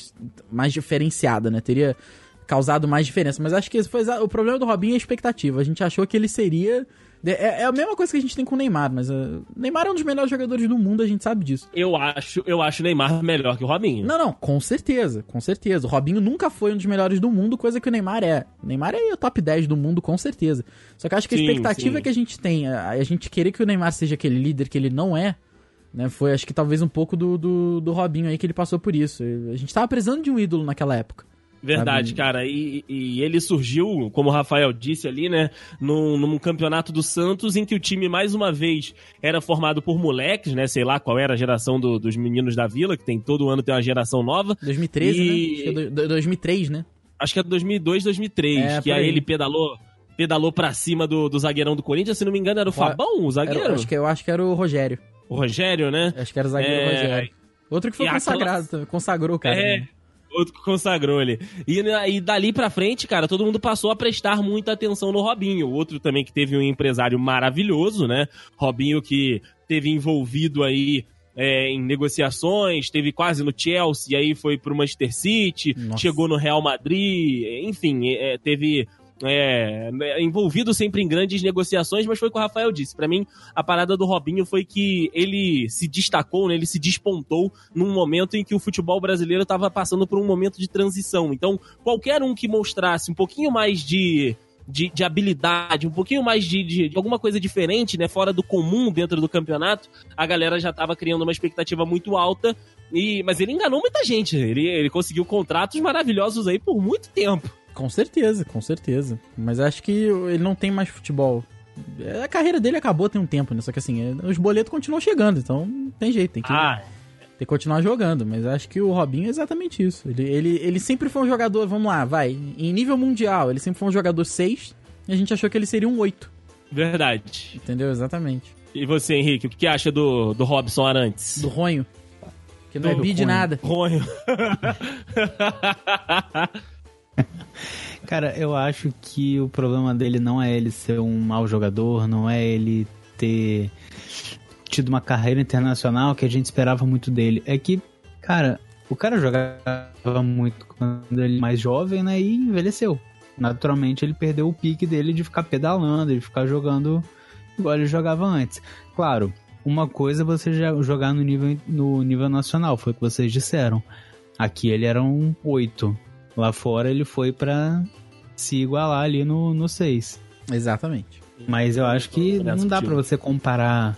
diferenciada, né? Teria causado mais diferença. Mas acho que esse foi o problema do Robinho é a expectativa. A gente achou que ele seria... É a mesma coisa que a gente tem com o Neymar, mas o Neymar é um dos melhores jogadores do mundo, a gente sabe disso.
Eu acho o Neymar melhor que o Robinho.
Não, com certeza, com certeza. O Robinho nunca foi um dos melhores do mundo, coisa que o Neymar é. O Neymar é o top 10 do mundo, com certeza. Só que eu acho que a expectativa que a gente tem, a gente querer que o Neymar seja aquele líder que ele não é, né, foi acho que talvez um pouco do Robinho aí que ele passou por isso. A gente tava precisando de um ídolo naquela época.
Verdade, cara, e ele surgiu, como o Rafael disse ali, né, num campeonato do Santos, em que o time, mais uma vez, era formado por moleques, né, sei lá qual era a geração dos meninos da Vila, que todo ano tem uma geração nova.
2013, né? Acho que é 2003, né?
Acho que é 2002, 2003, que aí ele pedalou pra cima do zagueirão do Corinthians, se não me engano era o Fabão, o zagueiro?
Eu acho que era o Rogério.
O Rogério, né?
Acho que era o zagueiro Rogério. Outro que foi consagrado, consagrou, cara.
Outro que consagrou ele. E dali pra frente, cara, todo mundo passou a prestar muita atenção no Robinho. Outro também que teve um empresário maravilhoso, né? Robinho que teve envolvido aí em negociações, teve quase no Chelsea, aí foi pro Manchester City, chegou no Real Madrid, enfim, teve... envolvido sempre em grandes negociações, mas foi o que o Rafael disse. Pra mim, a parada do Robinho foi que ele se destacou, né? Ele se despontou num momento em que o futebol brasileiro estava passando por um momento de transição. Então, qualquer um que mostrasse um pouquinho mais de habilidade, um pouquinho mais de alguma coisa diferente, né? Fora do comum dentro do campeonato, a galera já estava criando uma expectativa muito alta. Mas ele enganou muita gente. Ele conseguiu contratos maravilhosos aí por muito tempo.
Com certeza, com certeza. Mas acho que ele não tem mais futebol. A carreira dele acabou tem um tempo, né? Só que assim, os boletos continuam chegando, então não tem jeito, tem que continuar jogando. Mas acho que o Robinho é exatamente isso. Ele sempre foi um jogador, vamos lá, em nível mundial, ele sempre foi um jogador 6 e a gente achou que ele seria um 8.
Verdade.
Entendeu? Exatamente.
E você, Henrique, o que acha do Robson Arantes?
Do Ronho. Que não é bi de nada.
Ronho.
Cara, eu acho que o problema dele não é ele ser um mau jogador, não é ele ter tido uma carreira internacional que a gente esperava muito dele. É que, cara, o cara jogava muito quando ele mais jovem, né, e envelheceu. Naturalmente ele perdeu o pique dele de ficar pedalando, de ficar jogando igual ele jogava antes. Claro, uma coisa é você jogar no nível nacional, foi o que vocês disseram. Aqui ele era um 8. Lá fora ele foi pra se igualar ali no 6.
Exatamente.
Mas eu acho que não dá pra você comparar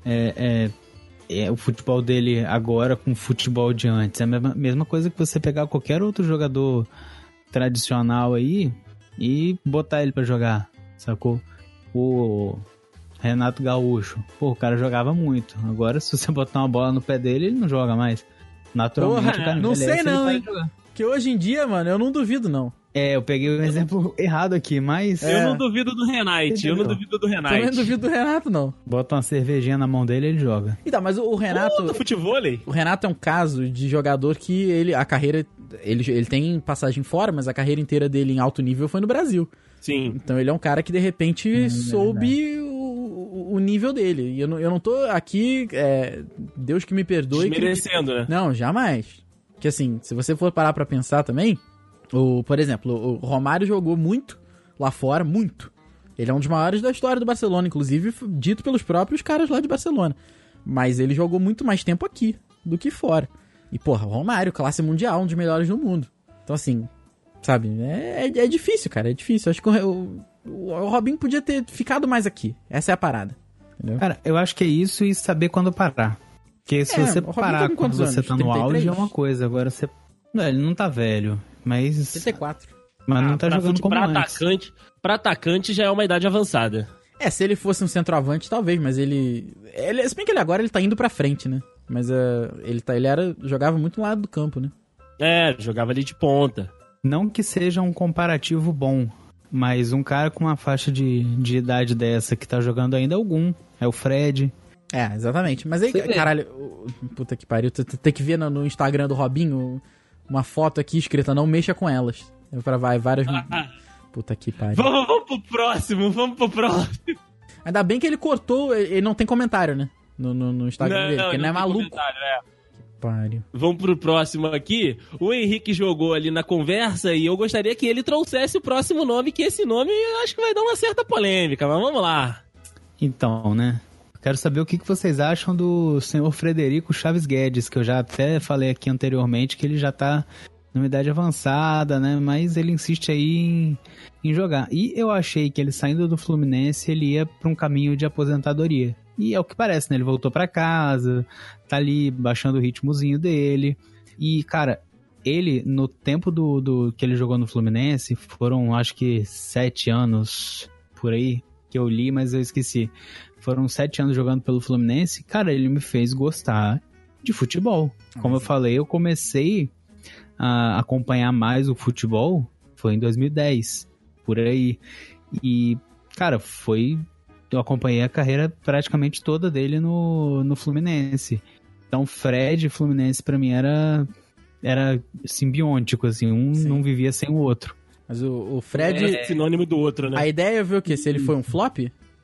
o futebol dele agora com o futebol de antes. É a mesma coisa que você pegar qualquer outro jogador tradicional aí e botar ele pra jogar, sacou? O Renato Gaúcho, o cara jogava muito. Agora, se você botar uma bola no pé dele, ele não joga mais. Naturalmente, o cara
não sei não, hein? Que hoje em dia, mano, eu não duvido, não.
Eu peguei um exemplo errado aqui, mas...
Eu não duvido do Renate, eu não duvido do Renate.
Também não duvido do Renato, não.
Bota uma cervejinha na mão dele e ele joga.
Então, mas o Renato...
do futevôlei.
O Renato é um caso de jogador que a carreira... Ele tem passagem fora, mas a carreira inteira dele em alto nível foi no Brasil.
Sim.
Então ele é um cara que, de repente, soube o nível dele. E eu não tô aqui... Deus que me perdoe...
Desmerecendo, né?
Não, jamais. Que assim, se você for parar pra pensar também, por exemplo, o Romário jogou muito lá fora, muito. Ele é um dos maiores da história do Barcelona, inclusive dito pelos próprios caras lá de Barcelona. Mas ele jogou muito mais tempo aqui do que fora. E porra, o Romário, classe mundial, um dos melhores do mundo. Então assim, sabe, é difícil, cara, é difícil. Acho que o Robinho podia ter ficado mais aqui. Essa é a parada. Entendeu?
Cara, eu acho que é isso e saber quando parar. Porque se você parar quando você tá no auge é uma coisa. Agora você... Não, ele não tá velho, mas...
34.
Mas não tá jogando como antes.
Pra atacante já é uma idade avançada.
Se ele fosse um centroavante, talvez, mas ele se bem que ele agora ele tá indo pra frente, né? Mas jogava muito no lado do campo, né?
Jogava ali de ponta.
Não que seja um comparativo bom, mas um cara com uma faixa de idade dessa que tá jogando ainda é o Fred.
Exatamente. Mas aí, caralho, puta que pariu, tu tem que ver no Instagram do Robinho uma foto aqui escrita, não mexa com elas. Vai várias... Puta que pariu.
Vamos pro próximo.
Ainda bem que ele cortou, ele não tem comentário, né? No Instagram dele, porque ele não é maluco. Pariu.
Vamos pro próximo aqui. O Henrique jogou ali na conversa e eu gostaria que ele trouxesse o próximo nome, que esse nome eu acho que vai dar uma certa polêmica, mas vamos lá.
Então, né? Quero saber o que vocês acham do senhor Frederico Chaves Guedes, que eu já até falei aqui anteriormente que ele já tá numa idade avançada, né? Mas ele insiste aí em jogar. E eu achei que ele saindo do Fluminense, ele ia pra um caminho de aposentadoria. E é o que parece, né? Ele voltou pra casa, tá ali baixando o ritmozinho dele. E, cara, ele, no tempo do que ele jogou no Fluminense, foram, acho que, 7 anos por aí, que eu li, mas eu esqueci. Foram 7 anos jogando pelo Fluminense. Cara, ele me fez gostar de futebol. Como eu falei, eu comecei a acompanhar mais o futebol, foi em 2010, por aí. E, cara, eu acompanhei a carreira praticamente toda dele no Fluminense. Então, Fred e Fluminense pra mim era simbiótico, assim, Sim. Não vivia sem o outro.
Mas o Fred...
É sinônimo do outro, né?
A ideia é ver o quê? Se ele foi um flop?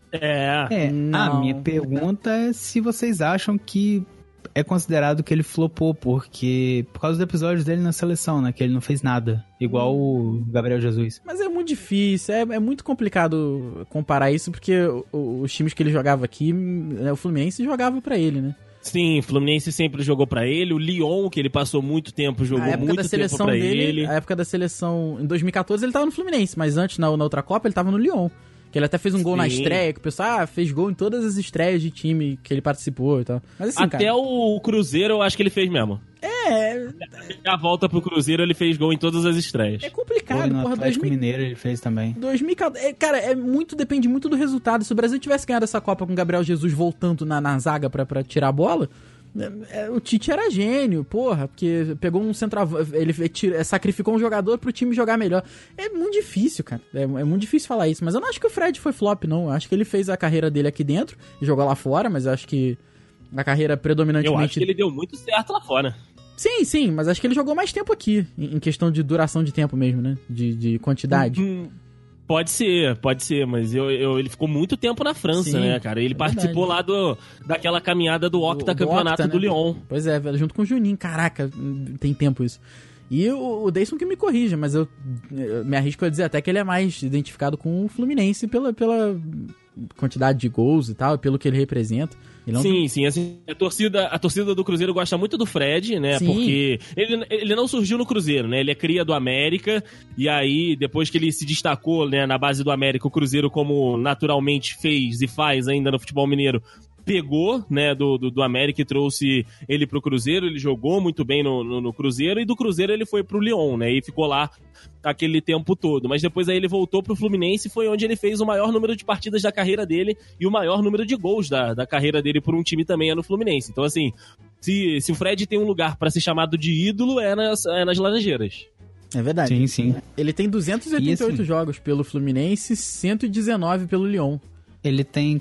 A minha pergunta é se vocês acham que é considerado que ele flopou, porque por causa dos episódios dele na seleção, né? Que ele não fez nada, igual o Gabriel Jesus.
Mas é muito difícil, é muito complicado comparar isso, porque os times que ele jogava aqui, o Fluminense jogava pra ele, né?
Sim, o Fluminense sempre jogou pra ele, o Lyon, que ele passou muito tempo, jogou muito tempo pra ele.
A época da seleção, em 2014 ele tava no Fluminense, mas antes, na outra Copa, ele tava no Lyon. Que ele até fez um gol na estreia, que o pessoal fez gol em todas as estreias de time que ele participou e tal. Mas assim,
até o Cruzeiro eu acho que ele fez mesmo. A volta pro Cruzeiro ele fez gol em todas as estreias.
É complicado,
porra. Atlético Mineiro ele fez também.
2014, cara, depende muito do resultado. Se o Brasil tivesse ganhado essa Copa com o Gabriel Jesus voltando na zaga pra tirar a bola, o Tite era gênio, porra, porque pegou um centroavante, ele sacrificou um jogador pro time jogar melhor. É muito difícil, cara. É muito difícil falar isso, mas eu não acho que o Fred foi flop, não. Eu acho que ele fez a carreira dele aqui dentro e jogou lá fora, mas eu acho que a carreira predominantemente...
Eu acho que ele deu muito certo lá fora.
Sim, mas acho que ele jogou mais tempo aqui, em questão de duração de tempo mesmo, né? De quantidade.
Pode ser, mas ele ficou muito tempo na França, né, cara? Ele participou lá daquela caminhada do octacampeonato do Lyon.
Pois é, junto com o Juninho, caraca, tem tempo isso. E o Deison que me corrija, mas eu me arrisco a dizer até que ele é mais identificado com o Fluminense pela quantidade de gols e tal, pelo que ele representa.
Sim, assim, a torcida do Cruzeiro gosta muito do Fred, né, Sim. Porque ele não surgiu no Cruzeiro, né, ele é cria do América, e aí, depois que ele se destacou, né, na base do América, o Cruzeiro, como naturalmente fez e faz ainda no futebol mineiro, pegou, né, do América e trouxe ele pro Cruzeiro, ele jogou muito bem no Cruzeiro, e do Cruzeiro ele foi pro Lyon, né, e ficou lá aquele tempo todo, mas depois aí ele voltou pro Fluminense e foi onde ele fez o maior número de partidas da carreira dele e o maior número de gols da carreira dele por um time também no Fluminense. Então assim, se o Fred tem um lugar pra ser chamado de ídolo, é nas Laranjeiras.
É verdade.
Sim.
Ele tem 288 jogos pelo Fluminense, 119 pelo Lyon.
Ele tem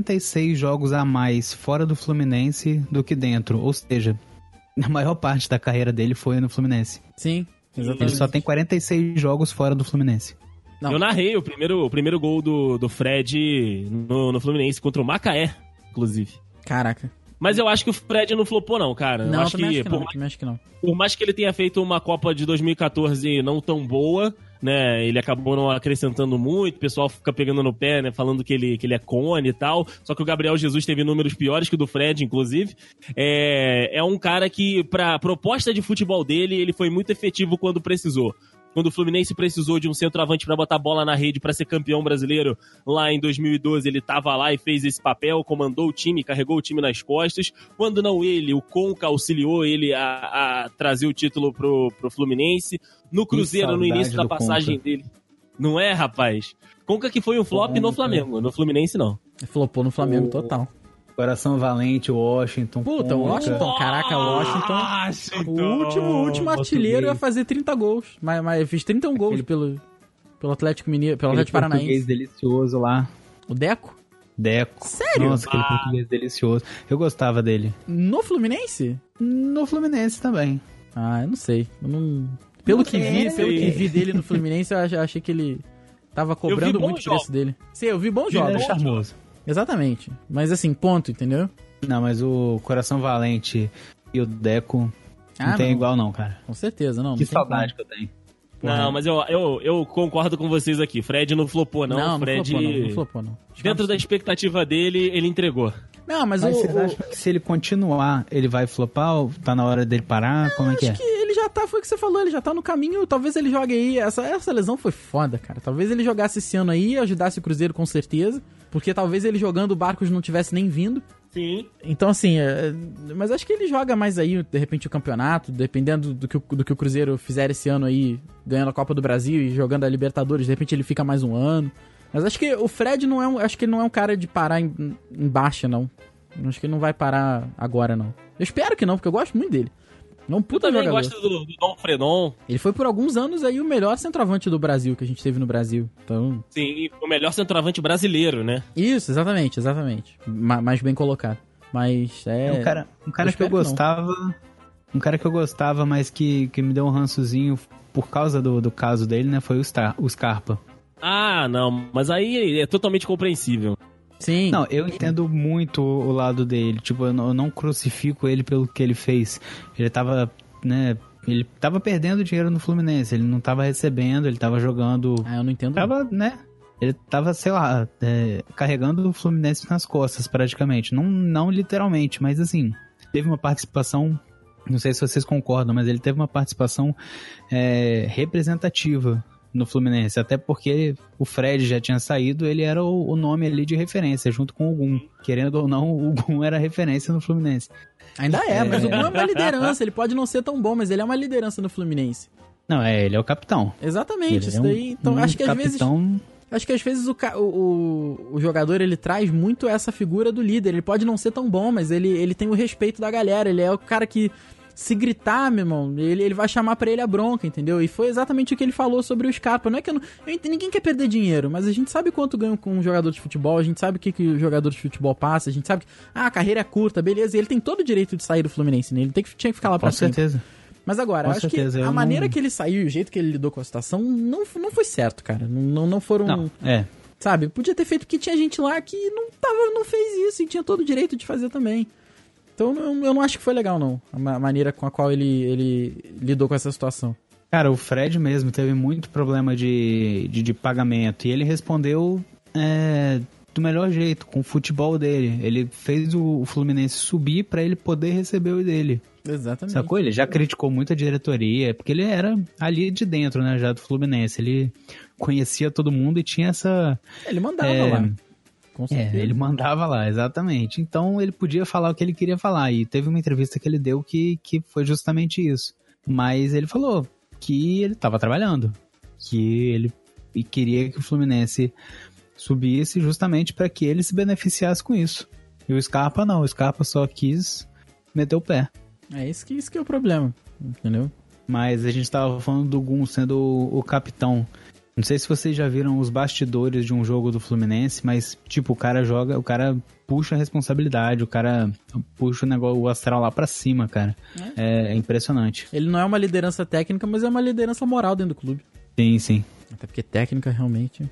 46 jogos a mais fora do Fluminense do que dentro. Ou seja, a maior parte da carreira dele foi no Fluminense.
Sim, exatamente.
Ele só tem 46 jogos fora do Fluminense.
Não. Eu narrei o primeiro gol do Fred no Fluminense contra o Macaé, inclusive.
Caraca.
Mas eu acho que o Fred não flopou, não, cara.
Não,
eu acho que não. Por mais que ele tenha feito uma Copa de 2014 não tão boa, né, ele acabou não acrescentando muito, o pessoal fica pegando no pé, né, falando que ele é cone e tal, só que o Gabriel Jesus teve números piores que o do Fred, inclusive. É um cara que, pra proposta de futebol dele, ele foi muito efetivo quando precisou. quando o Fluminense precisou de um centroavante para botar a bola na rede para ser campeão brasileiro lá em 2012, ele tava lá e fez esse papel, comandou o time, carregou o time nas costas. Quando não ele, o Conca auxiliou ele a trazer o título pro Fluminense. No Cruzeiro, no início da passagem dele. Não é, rapaz? Conca que foi um flop no Flamengo, no Fluminense não.
Flopou no Flamengo total.
Coração Valente, Washington.
Puta, Washington, caraca, Washington. O último artilheiro ia fazer 30 gols. Mas fez 31 gols pelo Atlético Mineiro, pelo Atlético Paranaense.
Português delicioso lá.
O Deco?
Deco.
Sério?
Nossa, aquele português delicioso. Eu gostava dele.
No Fluminense?
No Fluminense também.
Ah, eu não sei. Eu não... Pelo que vi dele no Fluminense, eu achei que ele tava cobrando muito o preço dele. Sim, eu vi bons jogos.
Ele é charmoso.
Exatamente. Mas assim, ponto, entendeu?
Não, mas o Coração Valente e o Deco não tem igual não, cara.
Com certeza, não.
Que saudade que eu tenho.
Não, mas eu concordo com vocês aqui. Fred não flopou, não.
Não,
Fred
não flopou, não.
Dentro da expectativa dele, ele entregou.
Não, mas
vocês acham que se ele continuar, ele vai flopar ou tá na hora dele parar? Como é que é?
Acho que ele já tá, foi o que você falou, ele já tá no caminho, talvez ele jogue aí, essa lesão foi foda, cara. Talvez ele jogasse esse ano aí, ajudasse o Cruzeiro com certeza, porque talvez ele jogando o Barcos não tivesse nem vindo.
Sim.
Então, assim, mas acho que ele joga mais aí, de repente, o campeonato, dependendo do que o Cruzeiro fizer esse ano aí, ganhando a Copa do Brasil e jogando a Libertadores, de repente ele fica mais um ano. Mas acho que o Fred acho que ele não é um cara de parar em baixa, não. Acho que ele não vai parar agora, não. Eu espero que não, porque eu gosto muito dele. É um puta jogador.
Eu também gosto do Dom Fredon.
Ele foi por alguns anos aí o melhor centroavante do Brasil, que a gente teve no Brasil. Então...
Sim, o melhor centroavante brasileiro, né?
Isso, exatamente. Mais bem colocado. Mas
um cara que eu gostava... Um cara que eu gostava, mas que me deu um rançozinho por causa do caso dele, né? Foi o Scarpa.
Ah, não. Mas aí é totalmente compreensível.
Sim.
Não, eu entendo muito o lado dele. Tipo, eu não crucifico ele pelo que ele fez. Ele tava, né... Ele tava perdendo dinheiro no Fluminense. Ele não tava recebendo, ele tava jogando...
Ah, eu não entendo.
Tava, né... Ele tava, sei lá, carregando o Fluminense nas costas, praticamente. Não literalmente, mas assim... Teve uma participação... Não sei se vocês concordam, mas ele teve uma participação representativa no Fluminense, até porque o Fred já tinha saído, ele era o nome ali de referência, junto com o Gum. Querendo ou não, o Gum era referência no Fluminense.
Ainda mas o Gum é uma liderança, ele pode não ser tão bom, mas ele é uma liderança no Fluminense.
Não, ele é o capitão.
Exatamente, ele isso daí. Então, acho que
capitão...
às vezes o jogador, ele traz muito essa figura do líder. Ele pode não ser tão bom, mas ele tem o respeito da galera, ele é o cara que... Se gritar, meu irmão, ele vai chamar pra ele a bronca, entendeu? E foi exatamente o que ele falou sobre o Scarpa. Não é que ninguém quer perder dinheiro, mas a gente sabe quanto ganha com um jogador de futebol, a gente sabe o que o jogador de futebol passa, a gente sabe que a carreira é curta, beleza, e ele tem todo o direito de sair do Fluminense, né? Ele tinha que ficar lá pra sempre.
Com certeza.
Mas agora, acho que a maneira que ele saiu e o jeito que ele lidou com a situação não foi certo, cara. Não foram...
Não,
Sabe? Podia ter feito porque tinha gente lá que não fez isso e tinha todo o direito de fazer também. Então eu não acho que foi legal, não. A maneira com a qual ele lidou com essa situação.
Cara, o Fred mesmo teve muito problema de pagamento. E ele respondeu do melhor jeito, com o futebol dele. Ele fez o Fluminense subir pra ele poder receber o dele.
Exatamente.
Sacou? Ele já criticou muito a diretoria, porque ele era ali de dentro, né, já do Fluminense. Ele conhecia todo mundo e tinha essa...
Ele mandava lá.
Ele mandava lá, exatamente. Então ele podia falar o que ele queria falar. E teve uma entrevista que ele deu que foi justamente isso. Mas ele falou que ele estava trabalhando. Que ele queria que o Fluminense subisse justamente para que ele se beneficiasse com isso. E o Scarpa não. O Scarpa só quis meter o pé.
É isso que é o problema. Entendeu?
Mas a gente estava falando do Gum sendo o capitão. Não sei se vocês já viram os bastidores de um jogo do Fluminense, mas, tipo, o cara puxa a responsabilidade, o cara puxa o astral lá pra cima, cara. É impressionante.
Ele não é uma liderança técnica, mas é uma liderança moral dentro do clube.
Sim, sim.
Até porque técnica, realmente...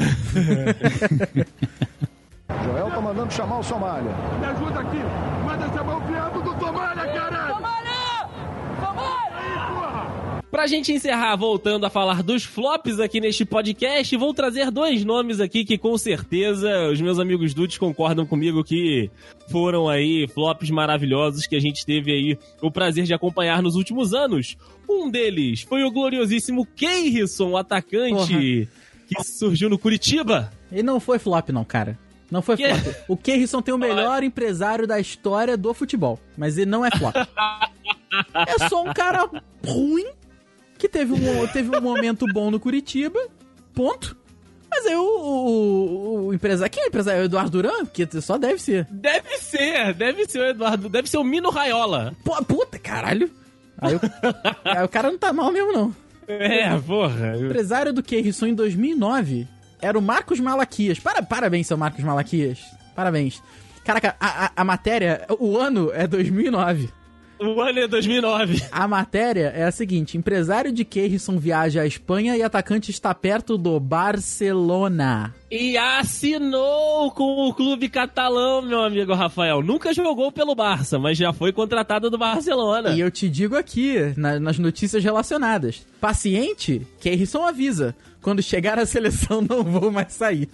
Joel tá mandando chamar o Somália. Me ajuda aqui. Manda chamar o viado do Somália, caralho.
Somália! Somália!
Aí, porra!
Pra gente encerrar, voltando a falar dos flops aqui neste podcast, vou trazer 2 nomes aqui que com certeza os meus amigos dudes concordam comigo que foram aí flops maravilhosos que a gente teve aí o prazer de acompanhar nos últimos anos. Um deles foi o gloriosíssimo Keirson, o atacante que surgiu no Curitiba.
E não foi flop não, cara. Não foi flop. O Keirson tem o melhor empresário da história do futebol, mas ele não é flop. É só um cara ruim que teve um momento bom no Curitiba, ponto. Mas aí o empresário... Quem é o empresário? É o Eduardo Duran? Porque só deve ser.
Deve ser o Eduardo, deve ser o Mino Raiola.
Pô, puta, caralho. Aí o cara não tá mal mesmo, não.
Porra.
O empresário do Keirson em 2009 era o Marcos Malaquias. Parabéns, seu Marcos Malaquias. Parabéns. Caraca, a matéria, o ano é 2009.
O ano é 2009.
A matéria é a seguinte: empresário de Keirson viaja à Espanha e atacante está perto do Barcelona.
E assinou com o clube catalão, meu amigo Rafael. Nunca jogou pelo Barça, mas já foi contratado do Barcelona.
E eu te digo aqui, nas notícias relacionadas: paciente, Keirson avisa. Quando chegar à seleção, não vou mais sair.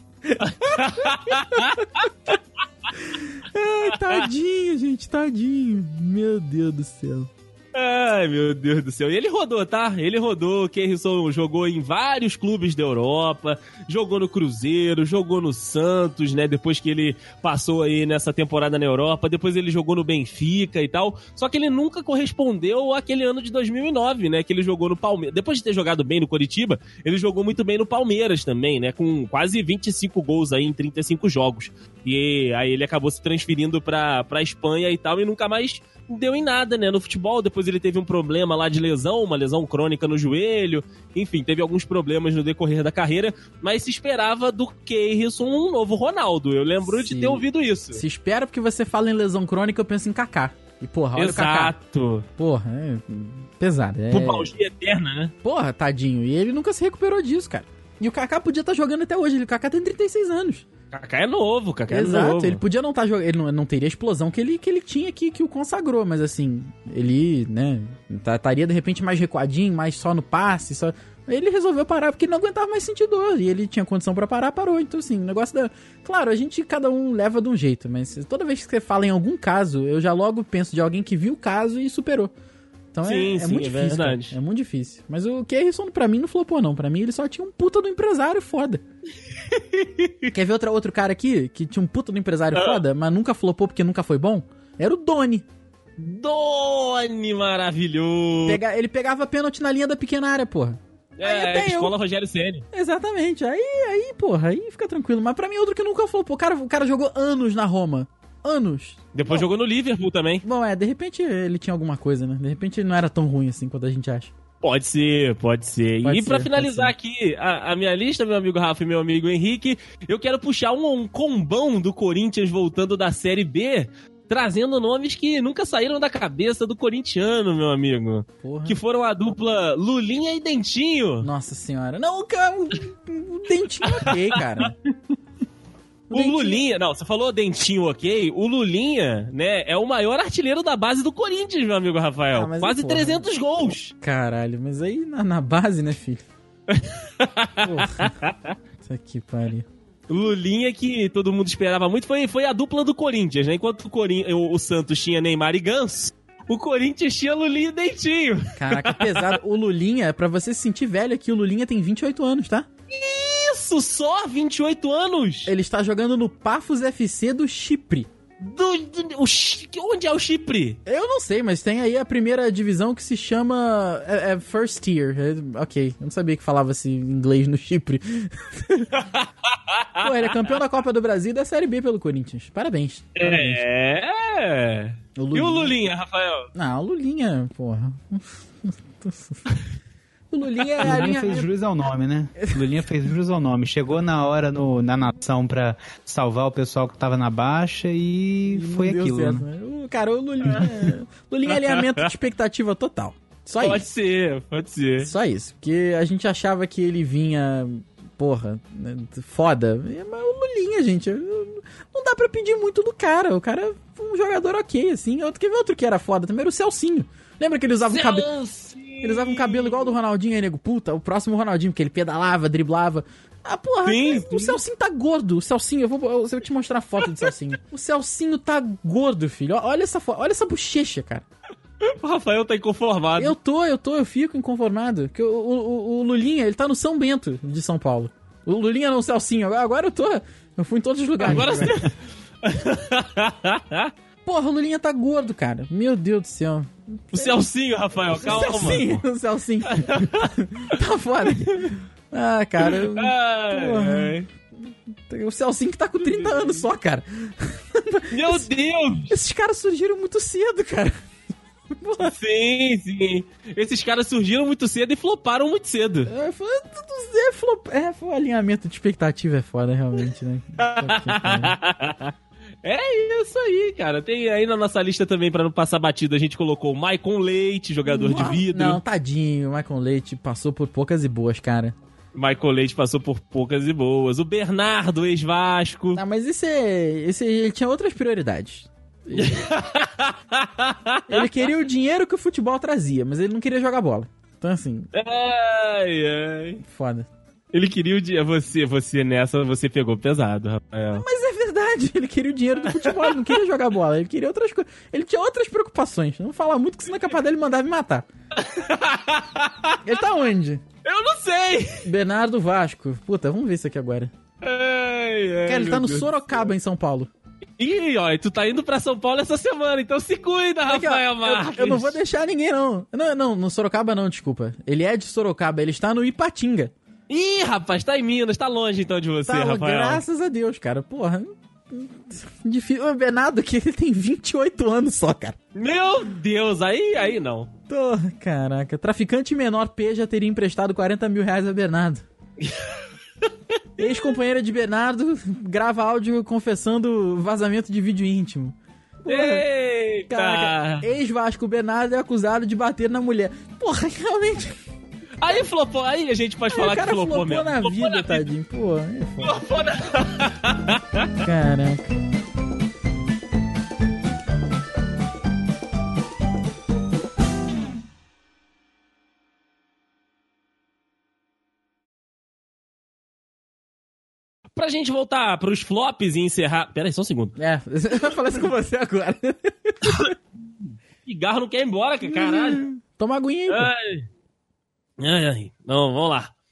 Ai, tadinho, gente, tadinho. Meu Deus do céu.
Ai, meu Deus do céu. E ele rodou, tá? Ele rodou. Keirson jogou em vários clubes da Europa, jogou no Cruzeiro, jogou no Santos, né? Depois que ele passou aí nessa temporada na Europa, depois ele jogou no Benfica e tal. Só que ele nunca correspondeu àquele ano de 2009, né? Que ele jogou no Palmeiras. Depois de ter jogado bem no Coritiba, ele jogou muito bem no Palmeiras também, né? Com quase 25 gols aí em 35 jogos. E aí ele acabou se transferindo pra Espanha e tal, e nunca mais deu em nada, né, no futebol. Depois ele teve um problema lá de lesão, uma lesão crônica no joelho, enfim, teve alguns problemas no decorrer da carreira, mas se esperava do Keirson um novo Ronaldo. Eu lembro de ter ouvido isso.
Se espera, porque você fala em lesão crônica, eu penso em Kaká. E porra, olha o Kaká.
Exato.
Porra, é pesado.
Pubalgia eterna, né?
Porra, tadinho. E ele nunca se recuperou disso, cara. E o Kaká podia estar jogando até hoje. O Kaká tem 36 anos.
Kaká é novo, Kaká
Exato,
é novo.
Ele podia não estar jogando, ele não teria a explosão que ele tinha aqui, que o consagrou, mas assim, ele, né, estaria de repente mais recuadinho, mais só no passe, só... Ele resolveu parar porque ele não aguentava mais sentir dor, e ele tinha condição pra parar, parou. Então assim, o negócio da... Claro, cada um leva de um jeito, mas toda vez que você fala em algum caso, eu já logo penso de alguém que viu o caso e superou. Então
sim,
é muito difícil,
verdade.
Cara. É muito difícil. Mas o Keirson, pra mim, não flopou, não. Pra mim, ele só tinha um puta do empresário foda. Quer ver outro cara aqui, que tinha um puta do empresário foda, mas nunca flopou porque nunca foi bom? Era o Doni.
Doni maravilhoso.
Ele pegava pênalti na linha da pequena área, porra.
Escola Rogério Ceni.
Exatamente. Aí, porra, aí fica tranquilo. Mas pra mim, outro que nunca flopou. O cara jogou anos na Roma. Anos.
Depois jogou no Liverpool também.
Bom, de repente ele tinha alguma coisa, né? De repente ele não era tão ruim assim quanto a gente acha.
Pode ser. E pra finalizar aqui a minha lista, meu amigo Rafa e meu amigo Henrique, eu quero puxar um combão do Corinthians voltando da Série B, trazendo nomes que nunca saíram da cabeça do corintiano, meu amigo. Porra. Que foram a dupla Lulinha e Dentinho.
Nossa senhora. Não, cara, o Dentinho ok, cara.
O Lulinha, não, você falou Dentinho, ok? O Lulinha, né, é o maior artilheiro da base do Corinthians, meu amigo Rafael. Quase 300 gols.
Caralho, mas aí na base, né, filho? Porra. Isso aqui, pariu.
O Lulinha, que todo mundo esperava muito, foi a dupla do Corinthians, né? Enquanto o Santos tinha Neymar e Ganso, o Corinthians tinha Lulinha e Dentinho.
Caraca, pesado. O Lulinha, pra você se sentir velho aqui, o Lulinha tem 28 anos, tá?
Isso, só 28 anos?
Ele está jogando no Pafos FC do Chipre.
Onde é o Chipre?
Eu não sei, mas tem aí a primeira divisão que se chama First Tier. Ok, eu não sabia que falava-se inglês no Chipre. Pô, ele é campeão da Copa do Brasil e da Série B pelo Corinthians. Parabéns.
E o Lulinha, Rafael?
Não, o Lulinha, porra... O Lulinha é a
Lulinha fez jus ao nome, né? Lulinha fez jus ao nome. Chegou na hora na nação pra salvar o pessoal que tava na baixa e foi aquilo.
Certo, né? Cara, o Lulinha... Lulinha é alinhamento de expectativa total. Só
pode
isso.
Pode ser.
Só isso. Porque a gente achava que ele vinha... Porra, né, foda. Mas o Lulinha, gente... Não dá pra pedir muito do cara. O cara é um jogador ok, assim. Outro que era foda também era o Celcinho. Lembra que ele usava o cabelo... Ele usava um cabelo igual ao do Ronaldinho, aí, nego, puta, o próximo Ronaldinho, porque ele pedalava, driblava. Ah, porra, o Celcinho tá gordo. O Celcinho, eu vou te mostrar a foto do Celcinho. O Celcinho tá gordo, filho. Olha essa foto, olha essa bochecha, cara.
O Rafael tá inconformado.
Eu fico inconformado. Porque o Lulinha, ele tá no São Bento de São Paulo. O Lulinha não, o Celcinho. Agora eu fui em todos os lugares.
Agora você...
Porra, o Lulinha tá gordo, cara. Meu Deus do céu.
O Celcinho, Rafael, calma.
O Celcinho. Tá foda. Ah, cara. O Celcinho que tá com 30 anos só, cara.
Meu Deus!
Esses caras surgiram muito cedo, cara.
Sim. Esses caras surgiram muito cedo e floparam muito cedo.
O alinhamento de expectativa é foda, realmente, né?
É isso aí, cara. Tem aí na nossa lista também, pra não passar batido, a gente colocou o Maicon Leite, jogador de vidro.
Não, tadinho, o Maicon Leite passou por poucas e boas, cara.
Maicon Leite passou por poucas e boas. O Bernardo, ex-Vasco.
Ah, mas esse ele tinha outras prioridades. Ele queria o dinheiro que o futebol trazia, mas ele não queria jogar bola. Então, assim...
Ai.
Foda.
Ele queria o dinheiro. Você nessa, você pegou pesado, Rafael.
Mas é verdade, ele queria o dinheiro do futebol, ele não queria jogar bola, ele queria outras coisas. Ele tinha outras preocupações. Não falar muito, que senão é capaz dele mandar me matar. Ele tá onde?
Eu não sei!
Bernardo Vasco. Puta, vamos ver isso aqui agora. Cara, ele tá no Sorocaba, em São Paulo.
Ih, ó, tu tá indo pra São Paulo essa semana, então se cuida, Rafael Marques.
Eu não vou deixar ninguém, não. Não, no Sorocaba não, desculpa. Ele é de Sorocaba, ele está no Ipatinga.
Ih, rapaz, tá em Minas, tá longe então de você, Rafael.
Graças a Deus, cara. Porra, difícil. O Bernardo aqui, ele tem 28 anos só, cara.
Meu Deus, aí não.
Caraca, traficante menor P já teria emprestado 40 mil reais a Bernardo. Ex-companheira de Bernardo grava áudio confessando vazamento de vídeo íntimo. Porra,
eita!
Caraca, ex-Vasco Bernardo é acusado de bater na mulher. Porra, realmente...
Aí flopou, aí a gente pode falar que flopou mesmo.
Na vida, tadinho. Pô,
flopou na...
Caraca.
Pra gente voltar pros flops e encerrar... Pera aí, só um segundo.
Eu vou falar isso com você agora.
Cigarro não quer ir embora, caralho.
Toma aguinha aí, pô.
Ai. Não, vamos lá.